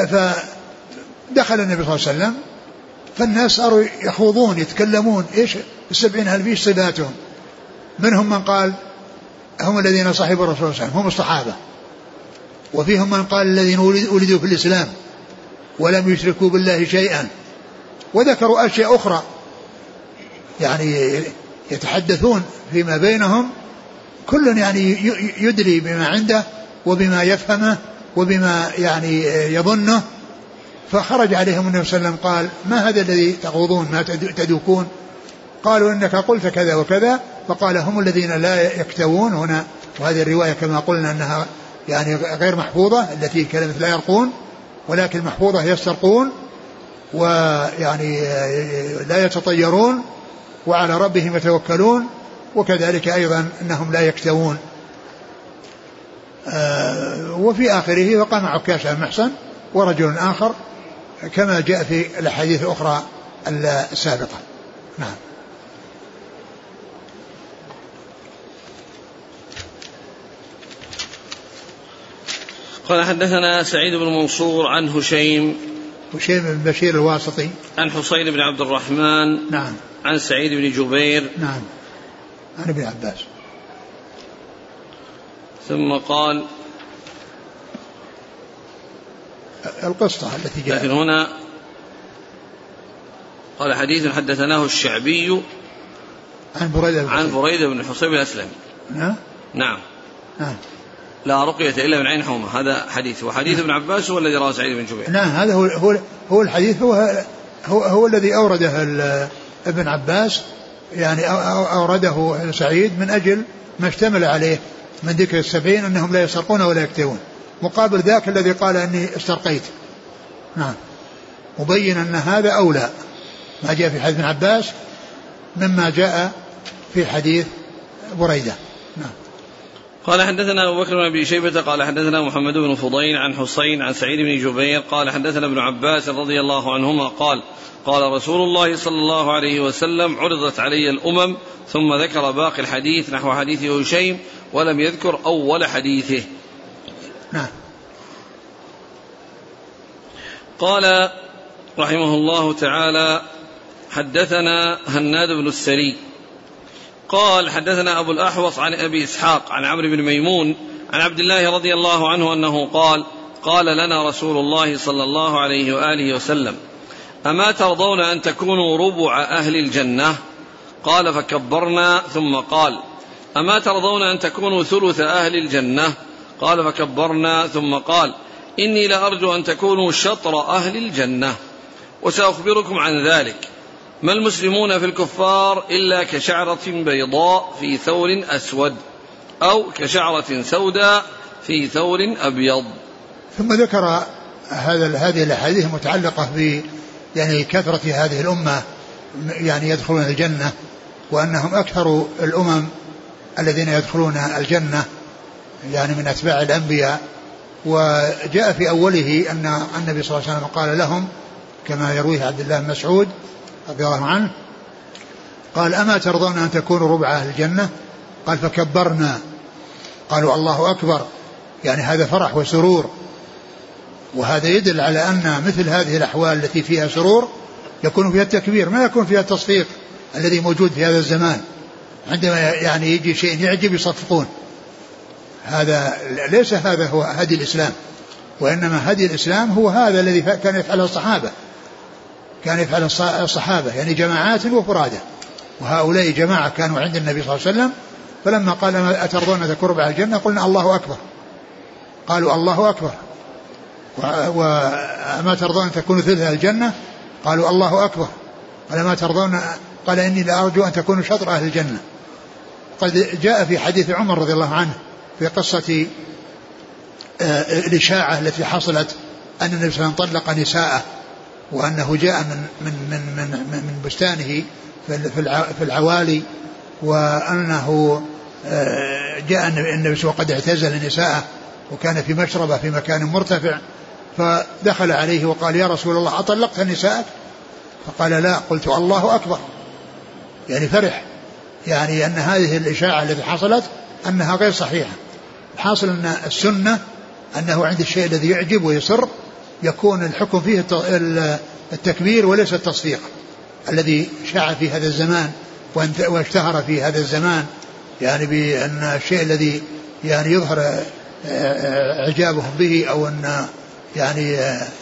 Speaker 2: فدخل النبي صلى الله عليه وسلم، فالناس صاروا يخوضون يتكلمون إيش 70,000 إيش صفاتهم. منهم من قال هم الذين صحبوا الرسول صلى الله عليه وسلم، هم الصحابة. وفيهم من قال الذين ولدوا في الإسلام ولم يشركوا بالله شيئا. وذكروا أشياء أخرى، يعني يتحدثون فيما بينهم، كل يعني يدري بما عنده وبما يفهمه وبما يعني يظنه. فخرج عليهم النبي صلى الله عليه وسلم قال ما هذا الذي تخوضون ما تدوكون؟ قالوا إنك قلت كذا وكذا. فقال هم الذين لا يكتوون هنا، وهذه الرواية كما قلنا أنها يعني غير محفوظة، التي كلمة لا يرقون، ولكن محفوظة يسترقون، ويعني لا يتطيرون، وعلى ربهم يتوكلون، وكذلك أيضا أنهم لا يكتوون. وفي آخره وقام عكاشة المحصن ورجل آخر كما جاء في الأحاديث الأخرى السابقة. نعم.
Speaker 1: قال حدثنا سعيد بن منصور عن هشيم
Speaker 2: بن بشير الواسطي
Speaker 1: عن حسين بن عبد الرحمن
Speaker 2: نعم
Speaker 1: عن سعيد بن جبير
Speaker 2: نعم عن ابن عباس.
Speaker 1: ثم قال
Speaker 2: القصة التي جاءت،
Speaker 1: لكن هنا قال حديث حدثناه الشعبي عن بريدة بن حصيب الأسلمي. نعم لا رقية إلا من عين حومة، هذا حديث. وحديث ابن عباس هو الذي رواه سعيد بن جبير.
Speaker 2: نعم هذا هو الحديث، هو الذي أورده ابن عباس، يعني أورده سعيد من أجل ما اشتمل عليه من ذكر 70 أنهم لا يسرقون ولا يكتوون، مقابل ذاك الذي قال أني استرقيت. نعم، مبين أن هذا أولى ما جاء في حديث ابن عباس مما جاء في حديث بريدة. نعم.
Speaker 1: قال حدثنا أبو بكر بن أبي شيبة قال حدثنا محمد بن فضيل عن حسين عن سعيد بن جبير قال حدثنا ابن عباس رضي الله عنهما قال قال رسول الله صلى الله عليه وسلم عرضت علي الأمم، ثم ذكر باقي الحديث نحو حديث هشيم ولم يذكر أول حديثه.
Speaker 2: نعم.
Speaker 1: قال رحمه الله تعالى حدثنا هناد بن السري قال حدثنا أبو الأحوص عن أبي إسحاق عن عمرو بن ميمون عن عبد الله رضي الله عنه أنه قال قال لنا رسول الله صلى الله عليه وآله وسلم أما ترضون أن تكونوا ربع أهل الجنة؟ قال فكبرنا. ثم قال أما ترضون أن تكونوا ثلث أهل الجنة؟ قال فكبرنا. ثم قال إني لأرجو أن تكونوا شطر أهل الجنة، وسأخبركم عن ذلك. ما المسلمون في الكفار إلا كشعرة بيضاء في ثور أسود، أو كشعرة سوداء في ثور أبيض.
Speaker 2: ثم ذكر هذه الأحاديث المتعلقة ب يعني كثرة هذه الأمة يعني يدخلون الجنة، وأنهم أكثر الأمم الذين يدخلون الجنة يعني من أتباع الأنبياء. وجاء في أوله أن النبي صلى الله عليه وسلم قال لهم كما يرويه عبد الله بن مسعود رضي الله عنه قال أما ترضون أن تكونوا ربع أهل الجنة؟ قال فكبرنا. قالوا الله أكبر، يعني هذا فرح وسرور، وهذا يدل على أن مثل هذه الأحوال التي فيها سرور يكون فيها التكبير، ما يكون فيها التصفيق الذي موجود في هذا الزمان. عندما يعني يجي شيء يعجب يصفقون، هذا ليس هذا هو هدي الإسلام، وإنما هدي الإسلام هو هذا الذي كان يفعله الصحابة. كان يفعل الصحابة يعني جماعات وفرادة، وهؤلاء جماعة كانوا عند النبي صلى الله عليه وسلم، فلما قال أترضون أن تكونوا أهل الجنة قلنا الله أكبر، قالوا الله أكبر. وما ترضون أن تكونوا ثلث أهل الجنة قالوا الله أكبر. قال ما ترضون، قال إني لأرجو أن تكونوا شطر أهل الجنة. قد جاء في حديث عمر رضي الله عنه في قصة الإشاعة التي حصلت أن النبي صلى الله عليه وسلم طلق نساءه، وأنه جاء من بستانه في العوالي، وأنه جاء النبي وقد اعتزل نساءه وكان في مشربة في مكان مرتفع، فدخل عليه وقال يا رسول الله أطلقت نساءك؟ فقال لا. قلت الله أكبر، يعني فرح، يعني أن هذه الإشاعة التي حصلت أنها غير صحيحة. حاصل أن السنة أنه عند الشيء الذي يعجب ويسر يكون الحكم فيه التكبير وليس التصفيق الذي شاع في هذا الزمان واشتهر في هذا الزمان، يعني بأن الشيء الذي يعني يظهر إعجابهم به أو أن يعني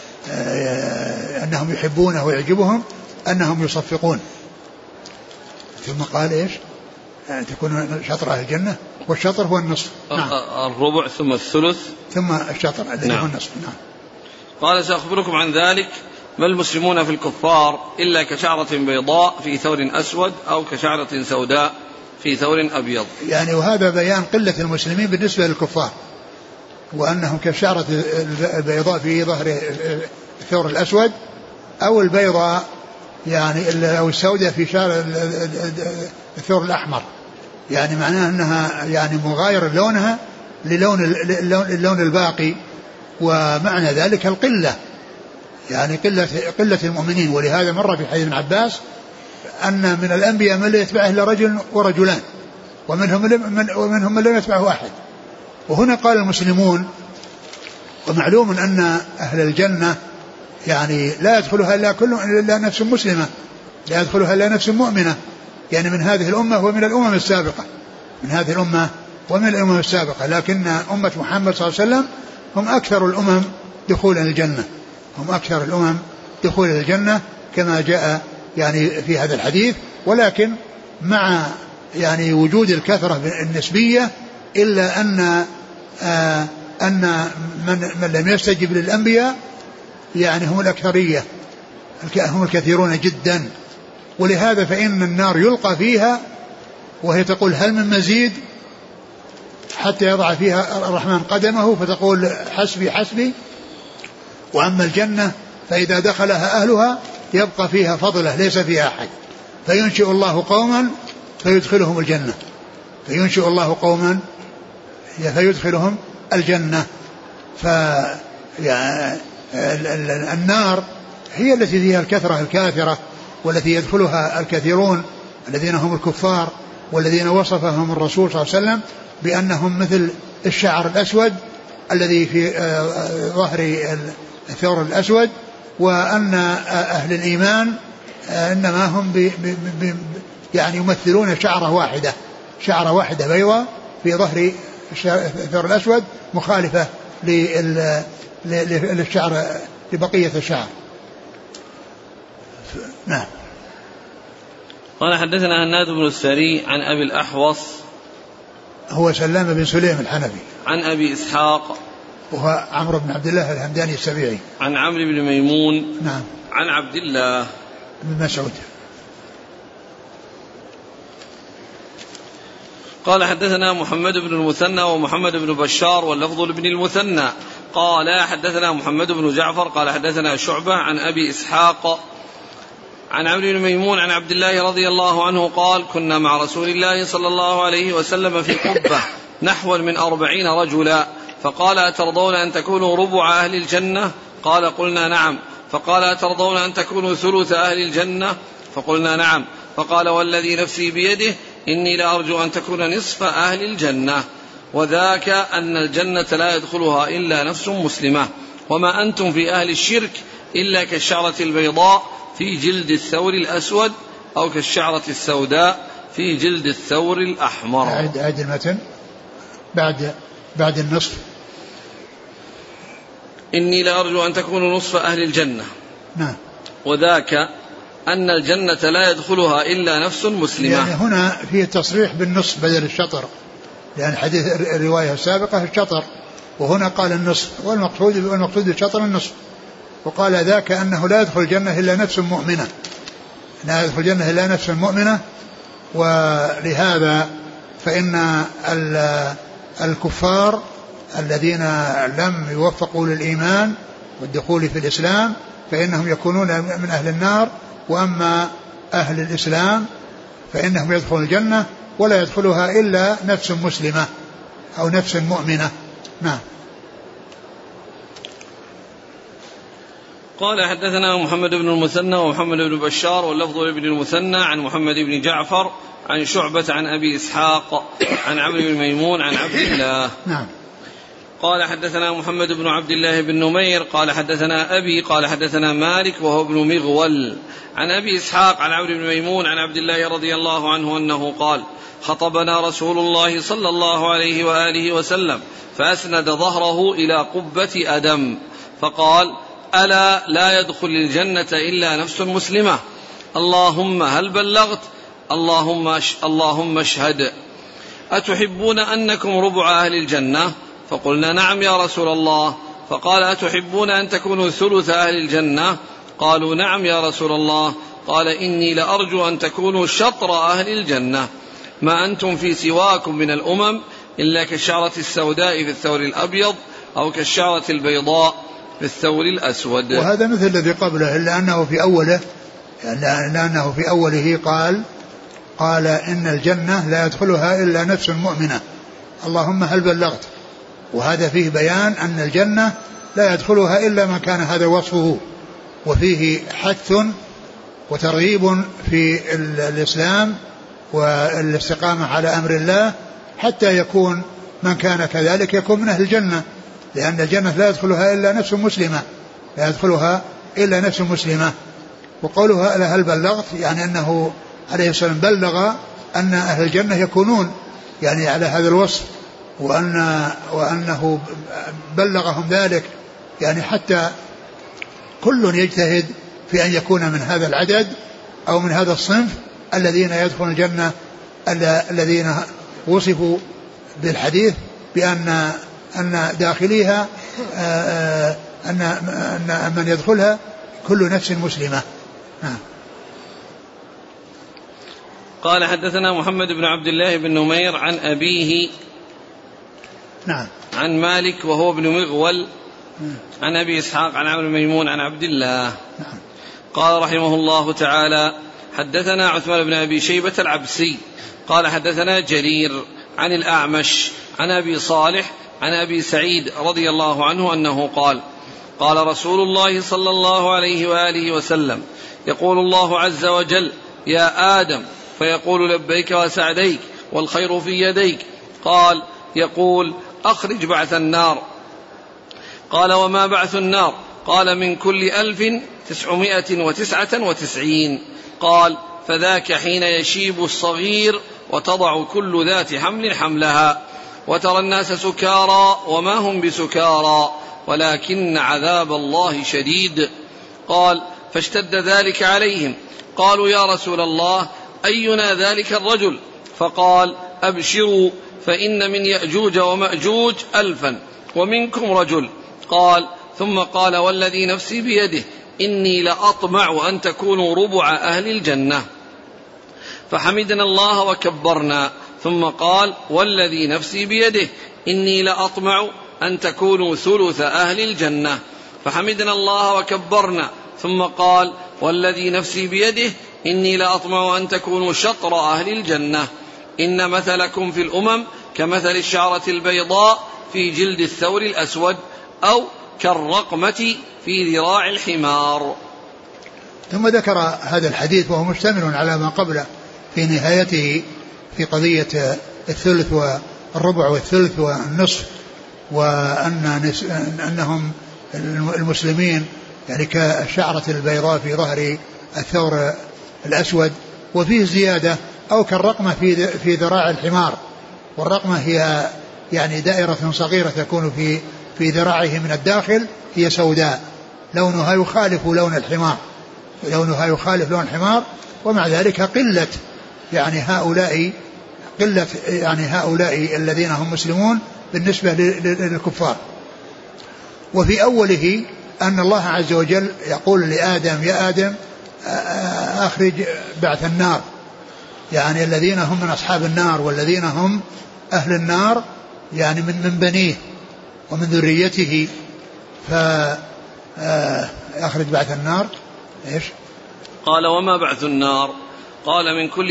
Speaker 2: أنهم يحبونه ويعجبهم أنهم يصفقون. ثم قال إيش؟ تكون شطر أهل الجنة، والشطر هو النصف. نعم.
Speaker 1: الربع ثم الثلث ثم
Speaker 2: الشطر الذي هو النصف. نعم.
Speaker 1: قال سأخبركم عن ذلك: ما المسلمون في الكفار إلا كشعرة بيضاء في ثور أسود أو كشعرة سوداء في ثور أبيض.
Speaker 2: يعني وهذا بيان قلة المسلمين بالنسبة للكفار، وأنهم كشعرة البيضاء في ظهر الثور الأسود أو البيضاء يعني أو السوداء في شعر الثور الأحمر، يعني معناه أنها يعني مغاير لونها للون الباقي، ومعنى ذلك القلة، يعني قلة المؤمنين. ولهذا مر في حديث ابن عباس أن من الأنبياء من لا يتبعه إلا رجل ورجلان، ومنهم من لم يتبعه أحد. وهنا قال المسلمون، ومعلوم أن أهل الجنة يعني لا يدخلها إلا نفس مسلمة، لا يدخلها إلا نفس مؤمنة، يعني من هذه الأمة ومن الأمم السابقة، من هذه الأمة ومن الأمم السابقة. لكن أمة محمد صلى الله عليه وسلم هم أكثر الأمم دخولا الجنة، هم أكثر الأمم دخولا الجنة كما جاء يعني في هذا الحديث. ولكن مع يعني وجود الكثرة النسبية إلا أن من لم يستجب للأنبياء يعني هم الأكثرية، هم الكثيرون جدا. ولهذا فإن النار يلقى فيها وهي تقول هل من مزيد، حتى يضع فيها الرحمن قدمه فتقول حسبي حسبي. وأما الجنة فإذا دخلها أهلها يبقى فيها فضله ليس فيها أحد، فينشئ الله قوما فيدخلهم الجنة، فينشئ الله قوما فيدخلهم الجنة. النار هي التي فيها الكثرة الكاثرة، والتي يدخلها الكثيرون الذين هم الكفار، والذين وصفهم الرسول صلى الله عليه وسلم بأنهم مثل الشعر الأسود الذي في ظهر الثور الأسود، وأن أهل الإيمان إنما هم يعني يمثلون شعرة واحدة بيضاء في ظهر الثور الأسود مخالفة للشعر لبقية الشعر. نعم.
Speaker 1: قال حدثنا هناد بن السري عن أبي الأحوص
Speaker 2: هو سلام بن سليم الحنفي،
Speaker 1: عن أبي إسحاق
Speaker 2: وهو عمرو بن عبد الله الهمداني السبيعي،
Speaker 1: عن عمرو بن ميمون
Speaker 2: نعم
Speaker 1: عن عبد الله
Speaker 2: بن مسعود.
Speaker 1: قال حدثنا محمد بن المثنى ومحمد بن بشار واللفظ لابن المثنى قال حدثنا محمد بن جعفر قال حدثنا شعبة عن أبي إسحاق عن عمرو بن ميمون عن عبد الله رضي الله عنه قال كنا مع رسول الله صلى الله عليه وسلم في قبة نحو من 40 رجلا، فقال أترضون أن تكونوا ربع أهل الجنة؟ قال قلنا نعم. فقال أترضون أن تكونوا ثلث أهل الجنة؟ فقلنا نعم. فقال والذي نفسي بيده إني لأرجو أن تكون نصف أهل الجنة، وذاك أن الجنة لا يدخلها إلا نفس مسلمة، وما أنتم في أهل الشرك إلا كالشعرة البيضاء في جلد الثور الأسود أو كالشعرة السوداء في جلد الثور الأحمر.
Speaker 2: عيد المتن بعد النصف.
Speaker 1: إني لأرجو أن تكونوا نصف أهل الجنة.
Speaker 2: نعم.
Speaker 1: وذاك أن الجنة لا يدخلها إلا نفس مسلمة.
Speaker 2: يعني هنا فيه تصريح بالنصف بدل الشطر، لأن حديث الرواية السابقة الشطر، وهنا قال النصف، والمقصود بالشطر النصف. وقال ذاك أنه لا يدخل الجنة إلا نفس مؤمنة، لا يدخل الجنة إلا نفس مؤمنة. ولهذا فإن الكفار الذين لم يوفقوا للإيمان والدخول في الإسلام فإنهم يكونون من أهل النار، وأما أهل الإسلام فإنهم يدخلون الجنة ولا يدخلها إلا نفس مسلمة أو نفس مؤمنة. نعم.
Speaker 1: قال حدثنا محمد بن المثنى ومحمد بن بشار واللفظ لابن المثنى عن محمد بن جعفر عن شعبة عن أبي إسحاق عن عمرو بن ميمون عن عبد الله.
Speaker 2: نعم.
Speaker 1: قال حدثنا محمد بن عبد الله بن نمير قال حدثنا أبي قال حدثنا مالك وهو ابن مغول عن أبي إسحاق عن عمرو بن ميمون عن عبد الله رضي الله عنه أنه قال خطبنا رسول الله صلى الله عليه وآله وسلم فأسند ظهره إلى قبة أدم فقال ألا لا يدخل الجنة إلا نفس مسلمة اللهم هل بلغت اللهم اشهد أتحبون أنكم ربع أهل الجنة فقلنا نعم يا رسول الله فقال أتحبون أن تكونوا ثلث أهل الجنة قالوا نعم يا رسول الله قال إني لأرجو أن تكونوا شطر أهل الجنة ما أنتم في سواكم من الأمم إلا كالشعرة السوداء في الثور الأبيض أو كالشعرة البيضاء في الثور الأسود.
Speaker 2: وهذا مثل الذي قبله إلا أنه في أوله قال إن الجنة لا يدخلها إلا نفس مؤمنة اللهم هل بلغت. وهذا فيه بيان أن الجنة لا يدخلها إلا من كان هذا وصفه، وفيه حث وترغيب في الإسلام والاستقامة على أمر الله حتى يكون من كان كذلك يكون من أهل الجنة، لأن الجنة لا يدخلها إلا نفس مسلمة، لا يدخلها إلا نفس مسلمة. وقولها هل بلغت يعني أنه عليه السلام بلغ أن أهل الجنة يكونون يعني على هذا الوصف، وأنه بلغهم ذلك يعني حتى كل يجتهد في أن يكون من هذا العدد أو من هذا الصنف الذين يدخلون الجنة الذين وصفوا بالحديث بأن داخليها أن من يدخلها كل نفس مسلمة.
Speaker 1: قال حدثنا محمد بن عبد الله بن نمير عن أبيه
Speaker 2: نعم
Speaker 1: عن مالك وهو ابن مغول عن أبي إسحاق عن عمرو ميمون عن عبد الله.
Speaker 2: نعم.
Speaker 1: قال رحمه الله تعالى حدثنا عثمان بن أبي شيبة العبسي قال حدثنا جرير عن الأعمش عن أبي صالح عن أبي سعيد رضي الله عنه أنه قال قال رسول الله صلى الله عليه وآله وسلم يقول الله عز وجل يا آدم فيقول لبيك وسعديك والخير في يديك قال يقول أخرج بعث النار قال وما بعث النار قال من كل 1999 قال فذاك حين يشيب الصغير وتضع كل ذات حمل حملها وترى الناس سكارى وما هم بسكارى ولكن عذاب الله شديد قال فاشتد ذلك عليهم قالوا يا رسول الله أينا ذلك الرجل فقال أبشروا فإن من يأجوج ومأجوج 1000 ومنكم رجل قال ثم قال والذي نفسي بيده إني لأطمع أن تكونوا ربع أهل الجنة فحمدنا الله وكبرنا ثم قال والذي نفسي بيده إني لأطمع أن تكونوا ثلث أهل الجنة فحمدنا الله وكبرنا ثم قال والذي نفسي بيده إني لأطمع أن تكونوا شطر أهل الجنة إن مثلكم في الأمم كمثل الشعرة البيضاء في جلد الثور الأسود أو كالرقمة في ذراع الحمار.
Speaker 2: ثم ذكر هذا الحديث وهو مشتمل على ما قبله في نهايته في قضية الثلث والربع والثلث والنصف، وأنهم المسلمين يعني كالشعرة البيضاء في ظهر الثور الأسود، وفيه زيادة أو كالرقمة في ذراع الحمار، والرقمة هي يعني دائرة صغيرة تكون في ذراعه من الداخل، هي سوداء لونها يخالف لون الحمار، لونها يخالف لون الحمار، ومع ذلك قلة يعني هؤلاء الذين هم مسلمون بالنسبة للكفار. وفي أوله أن الله عز وجل يقول لآدم يا آدم أخرج بعث النار، يعني الذين هم من أصحاب النار والذين هم أهل النار يعني من بنيه ومن ذريته، فأخرج بعث النار. إيش
Speaker 1: قال وما بعث النار؟ قال من كل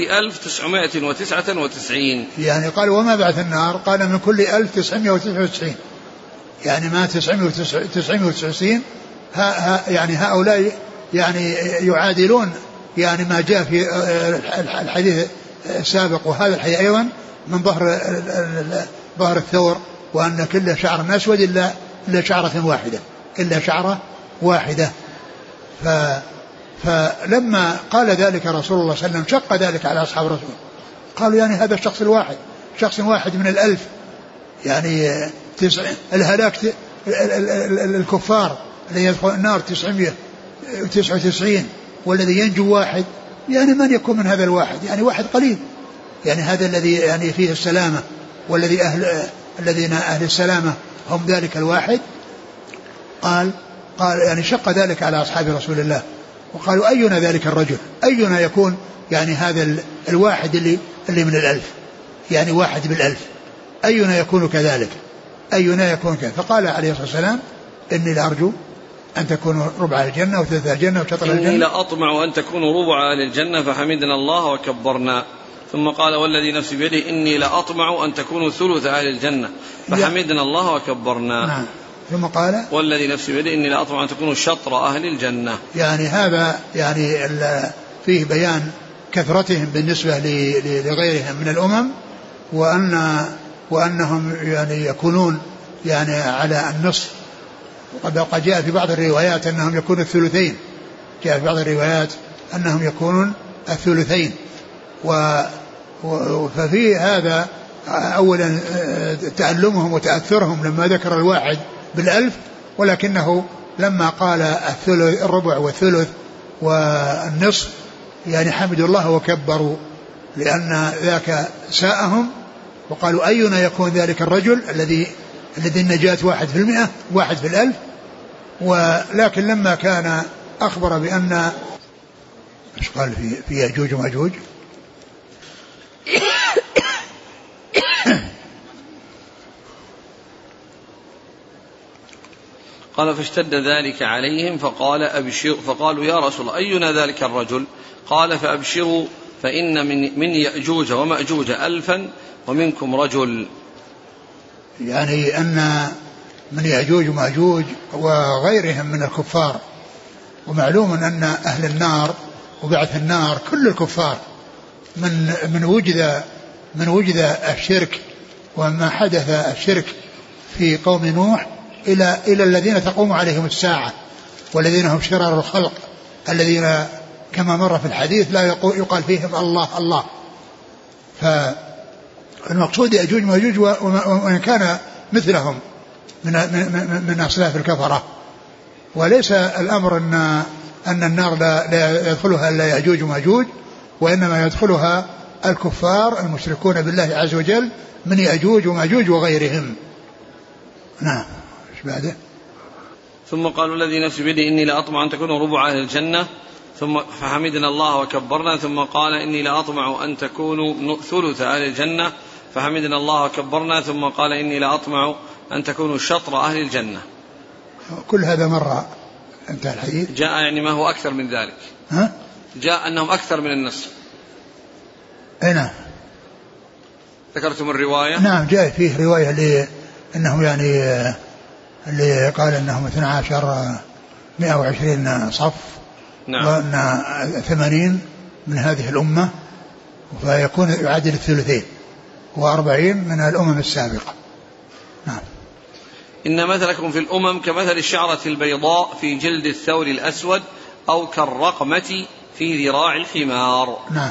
Speaker 1: 1999.
Speaker 2: يعني قال وما بعث النار؟ قال من كل 1999، يعني ما 999 يعني هؤلاء يعني يعادلون يعني ما جاء في الحديث السابق وهذا الحديث أيضا من ظهر الثور، وأن كل شعر أسود إلا شعرة واحدة، إلا شعرة واحدة. فلما قال ذلك رسول الله صلى الله عليه وسلم شق ذلك على أصحاب الرسول، قالوا يعني هذا شخص واحد من الألف، يعني الهلاك الكفار الذي يدخل النار 999 والذي ينجو واحد، يعني من يكون من هذا الواحد؟ يعني واحد قليل، يعني هذا الذي يعني فيه السلامة، والذي الذين أهل السلامة هم ذلك الواحد. قال يعني شق ذلك على أصحاب رسول الله، وقالوا أينا ذلك الرجل؟ أينا يكون يعني هذا الواحد اللي من الألف، يعني واحد بالألف، أينا يكون كذلك؟ أينا يكون كذلك؟ فقال عليه الصلاة والسلام إني لأرجو أن تكونوا ربع الجنة وثلث الجنة وشطر الجنة.
Speaker 1: إني لأطمع أن تكونوا ربع أهل الجنة فحمدنا الله وكبرنا. ثم قال والذي نفسي بيده إني لأطمع أن تكونوا ثلث أهل الجنة فحمدنا الله وكبرنا.
Speaker 2: نعم. ثم قال
Speaker 1: والذي نفسي بيده إني لأطمع أن تكونوا شطر أهل الجنة.
Speaker 2: يعني هذا يعني فيه بيان كثرتهم بالنسبة لغيرهم من الأمم، وأنهم يعني يكونون يعني على النصف، وقد جاء في بعض الروايات أنهم يكونوا الثلثين، جاء في بعض الروايات أنهم يكونون الثلثين. ففي هذا أولا تألمهم وتأثرهم لما ذكر الواحد بالألف، ولكنه لما قال الربع والثلث والنصف يعني حمدوا الله وكبروا، لأن ذاك ساءهم، وقالوا أينا يكون ذلك الرجل الذي النجاة 1%، 1 في الألف. ولكن لما كان أخبر بأن ايش قال في يأجوج ومأجوج
Speaker 1: قال فاشتد ذلك عليهم فقالوا يا رسول الله أينا ذلك الرجل؟ قال فأبشروا فإن من يأجوج ومأجوج 1000 ومنكم رجل.
Speaker 2: يعني أن من يأجوج ومأجوج وغيرهم من الكفار، ومعلوم أن أهل النار وبعث النار كل الكفار من وجد الشرك وما حدث الشرك في قوم نوح إلى الذين تقوم عليهم الساعة، والذين هم شرار الخلق الذين كما مر في الحديث لا يقال فيهم الله الله. فالمقصود يأجوج ومأجوج وإن كان مثلهم من أصلاف الكفرة، وليس الأمر أن النار لا يدخلها إلا يأجوج ومأجوج، وإنما يدخلها الكفار المشركون بالله عز وجل من يأجوج ومأجوج وغيرهم. نعم. ايش بعده؟
Speaker 1: ثم قالوا الذي نفسي بيده إني لأطمع أن تكونوا ربع أهل الجنة ثم فحمدنا الله وكبرنا. ثم قال إني لأطمع أن تكونوا ثلث أهل الجنة فحمدنا الله وكبرنا. ثم قال إني لأطمع أن تكونوا شطر أهل الجنة.
Speaker 2: كل هذا مرة انتهى الحديث.
Speaker 1: جاء يعني ما هو أكثر من ذلك.
Speaker 2: ها؟
Speaker 1: جاء أنهم أكثر من النصف.
Speaker 2: نعم.
Speaker 1: ذكرتم الرواية؟
Speaker 2: نعم جاء فيه رواية أنه يعني اللي قال أنهم 120 صف.
Speaker 1: نعم.
Speaker 2: وأن 80 من هذه الأمة، فيكون يعادل الثلثين، و40 من الأمم السابقة. نعم.
Speaker 1: إن مثلكم في الأمم كمثل الشعرة البيضاء في جلد الثور الأسود أو كالرقمة في ذراع الحمار.
Speaker 2: نعم.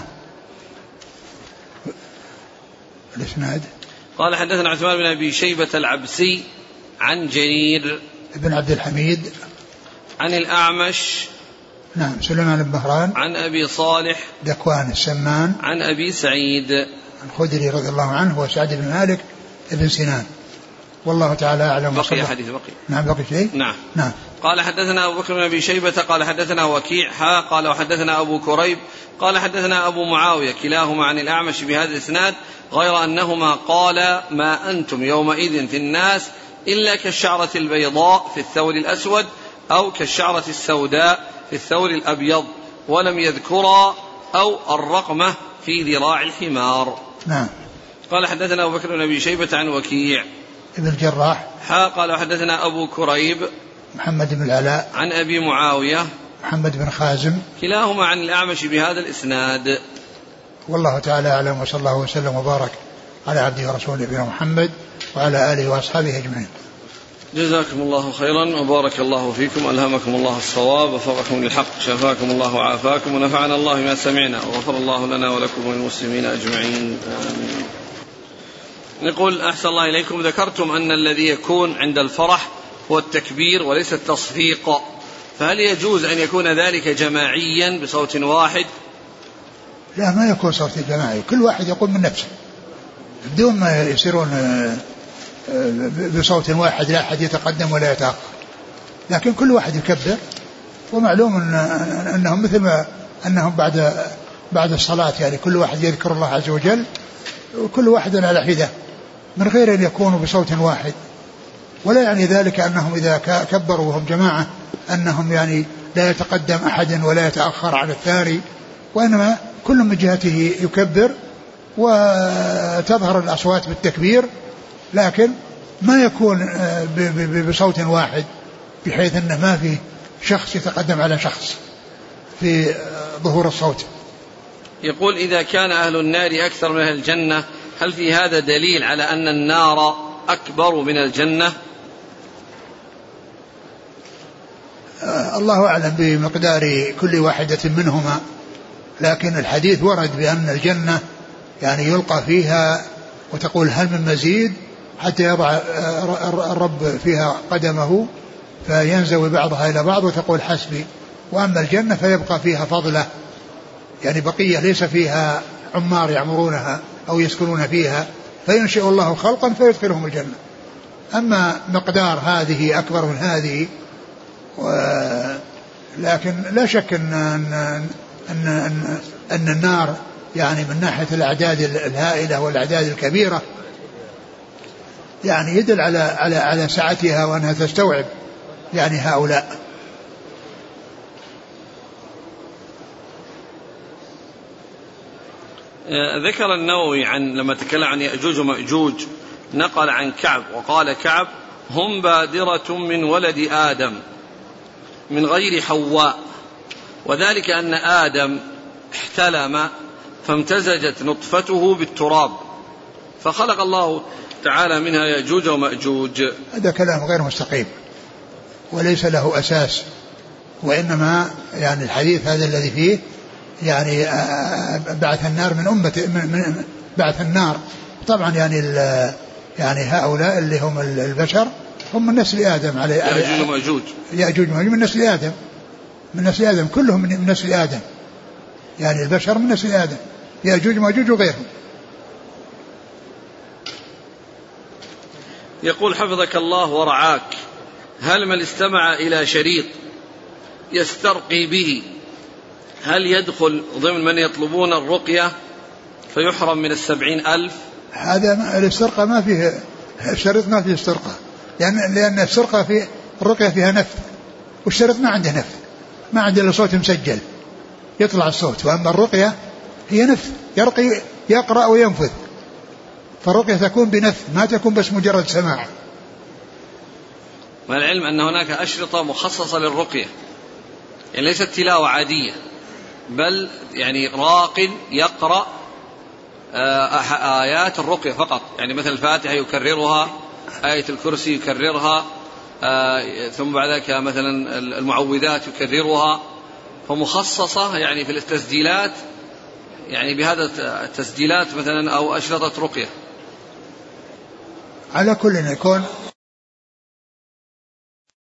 Speaker 2: الإسناد
Speaker 1: قال حدثنا عثمان بن أبي شيبة العبسي عن جرير
Speaker 2: ابن عبد الحميد
Speaker 1: عن الأعمش
Speaker 2: نعم. سليمان بن مهران
Speaker 1: عن أبي صالح
Speaker 2: ذكوان السمان
Speaker 1: عن أبي سعيد
Speaker 2: الخدري رضي الله عنه هو سعد بن مالك بن سنان. والله تعالى أعلم.
Speaker 1: بقي حديث بقي.
Speaker 2: نعم بقي شيء.
Speaker 1: نعم. قال حدثنا أبو بكر بن أبي شيبة قال حدثنا وكيع قال وحدثنا أبو كريب قال حدثنا أبو معاوية كلاهما عن الأعمش بهذا الإسناد غير أنهما قال ما أنتم يومئذ في الناس إلا كالشعرة البيضاء في الثور الأسود أو كالشعرة السوداء في الثور الأبيض ولم يذكرا أو الرقمة في ذراع الحمار.
Speaker 2: نعم.
Speaker 1: قال حدثنا أبو بكر بن أبي شيبة عن وكيع
Speaker 2: ابن الجراح
Speaker 1: قال وحدثنا أبو كريب
Speaker 2: محمد بن العلاء
Speaker 1: عن أبي معاوية
Speaker 2: محمد بن خازم
Speaker 1: كلاهما عن الأعمش بهذا الإسناد.
Speaker 2: والله تعالى أعلم. وصلى الله وسلم وبارك على عبده ورسوله نبينا محمد وعلى آله وأصحابه أجمعين.
Speaker 1: جزاكم الله خيرا وبارك الله فيكم ألهمكم الله الصواب وفقكم للحق شفاكم الله وعافاكم ونفعنا الله ما سمعنا وغفر الله لنا ولكم وللمسلمين أجمعين آمين. نقول أحسن الله إليكم ذكرتم أن الذي يكون عند الفرح هو التكبير وليس التصفيق فهل يجوز أن يكون ذلك جماعيا بصوت واحد؟
Speaker 2: لا ما يكون صوت جماعي كل واحد يقول من نفسه بدون ما يصيرون بصوت واحد لا أحد يتقدم ولا يتأخر لكن كل واحد يكبر ومعلوم أنهم مثل ما أنهم بعد الصلاة يعني كل واحد يذكر الله عز وجل وكل واحد على حدة من غير أن يكونوا بصوت واحد ولا يعني ذلك أنهم إذا كبروا وهم جماعة أنهم يعني لا يتقدم أحد ولا يتأخر على الثاني وإنما كل من جهته يكبر وتظهر الأصوات بالتكبير لكن ما يكون بصوت واحد بحيث أنه ما في شخص يتقدم على شخص في ظهور الصوت.
Speaker 1: يقول إذا كان أهل النار أكثر من أهل الجنة هل في هذا دليل على أن النار أكبر من الجنة؟
Speaker 2: الله أعلم بمقدار كل واحدة منهما لكن الحديث ورد بأن الجنة يعني يلقى فيها وتقول هل من مزيد حتى يضع الرب فيها قدمه فينزوي بعضها إلى بعض وتقول حسبي وأما الجنة فيبقى فيها فضلة يعني بقية ليس فيها عمار يعمرونها أو يسكنون فيها فينشئ الله خلقا فيدخلهم الجنة. أما مقدار هذه أكبر من هذه لكن لا شك أن النار يعني من ناحية الأعداد الهائلة والأعداد الكبيرة يعني يدل على سعتها وأنها تستوعب يعني هؤلاء.
Speaker 1: ذكر النووي لما تكلم عن يأجوج ومأجوج نقل عن كعب وقال كعب هم بادرة من ولد آدم من غير حواء وذلك أن آدم احتلم فامتزجت نطفته بالتراب فخلق الله تعالى منها يأجوج ومأجوج.
Speaker 2: هذا كلام غير مستقيم وليس له أساس وإنما يعني الحديث هذا الذي فيه يعني بعث النار من أمة بعث النار طبعا يعني هؤلاء اللي هم البشر هم من نسل آدم على
Speaker 1: يأجوج ومأجوج
Speaker 2: من نسل آدم كلهم من نسل آدم يعني البشر من نسل آدم يأجوج ومأجوج وغيرهم.
Speaker 1: يقول حفظك الله ورعاك هل من استمع إلى شريط يسترقي به هل يدخل ضمن من يطلبون الرقية فيحرم من 70,000؟
Speaker 2: هذا الاسترقاء ما فيه الشريط ما فيه استرقاء لأن السرقة في الرقية فيها نفث والشريط ما عنده نفث ما عنده إلا صوت مسجل يطلع الصوت وأما الرقية هي نفث يقرأ وينفذ فالرقية تكون بنفث ما تكون بس مجرد سماع.
Speaker 1: مع العلم أن هناك أشرطة مخصصة للرقية يعني ليست تلاوة عادية بل يعني راق يقرأ آيات الرقية فقط يعني مثل الفاتحة يكررها آية الكرسي يكررها ثم بعد ذلك مثلا المعوذات يكررها فمخصصة يعني في التسجيلات يعني بهذا التسجيلات مثلا أو أشرطة رقية.
Speaker 2: على كل يكون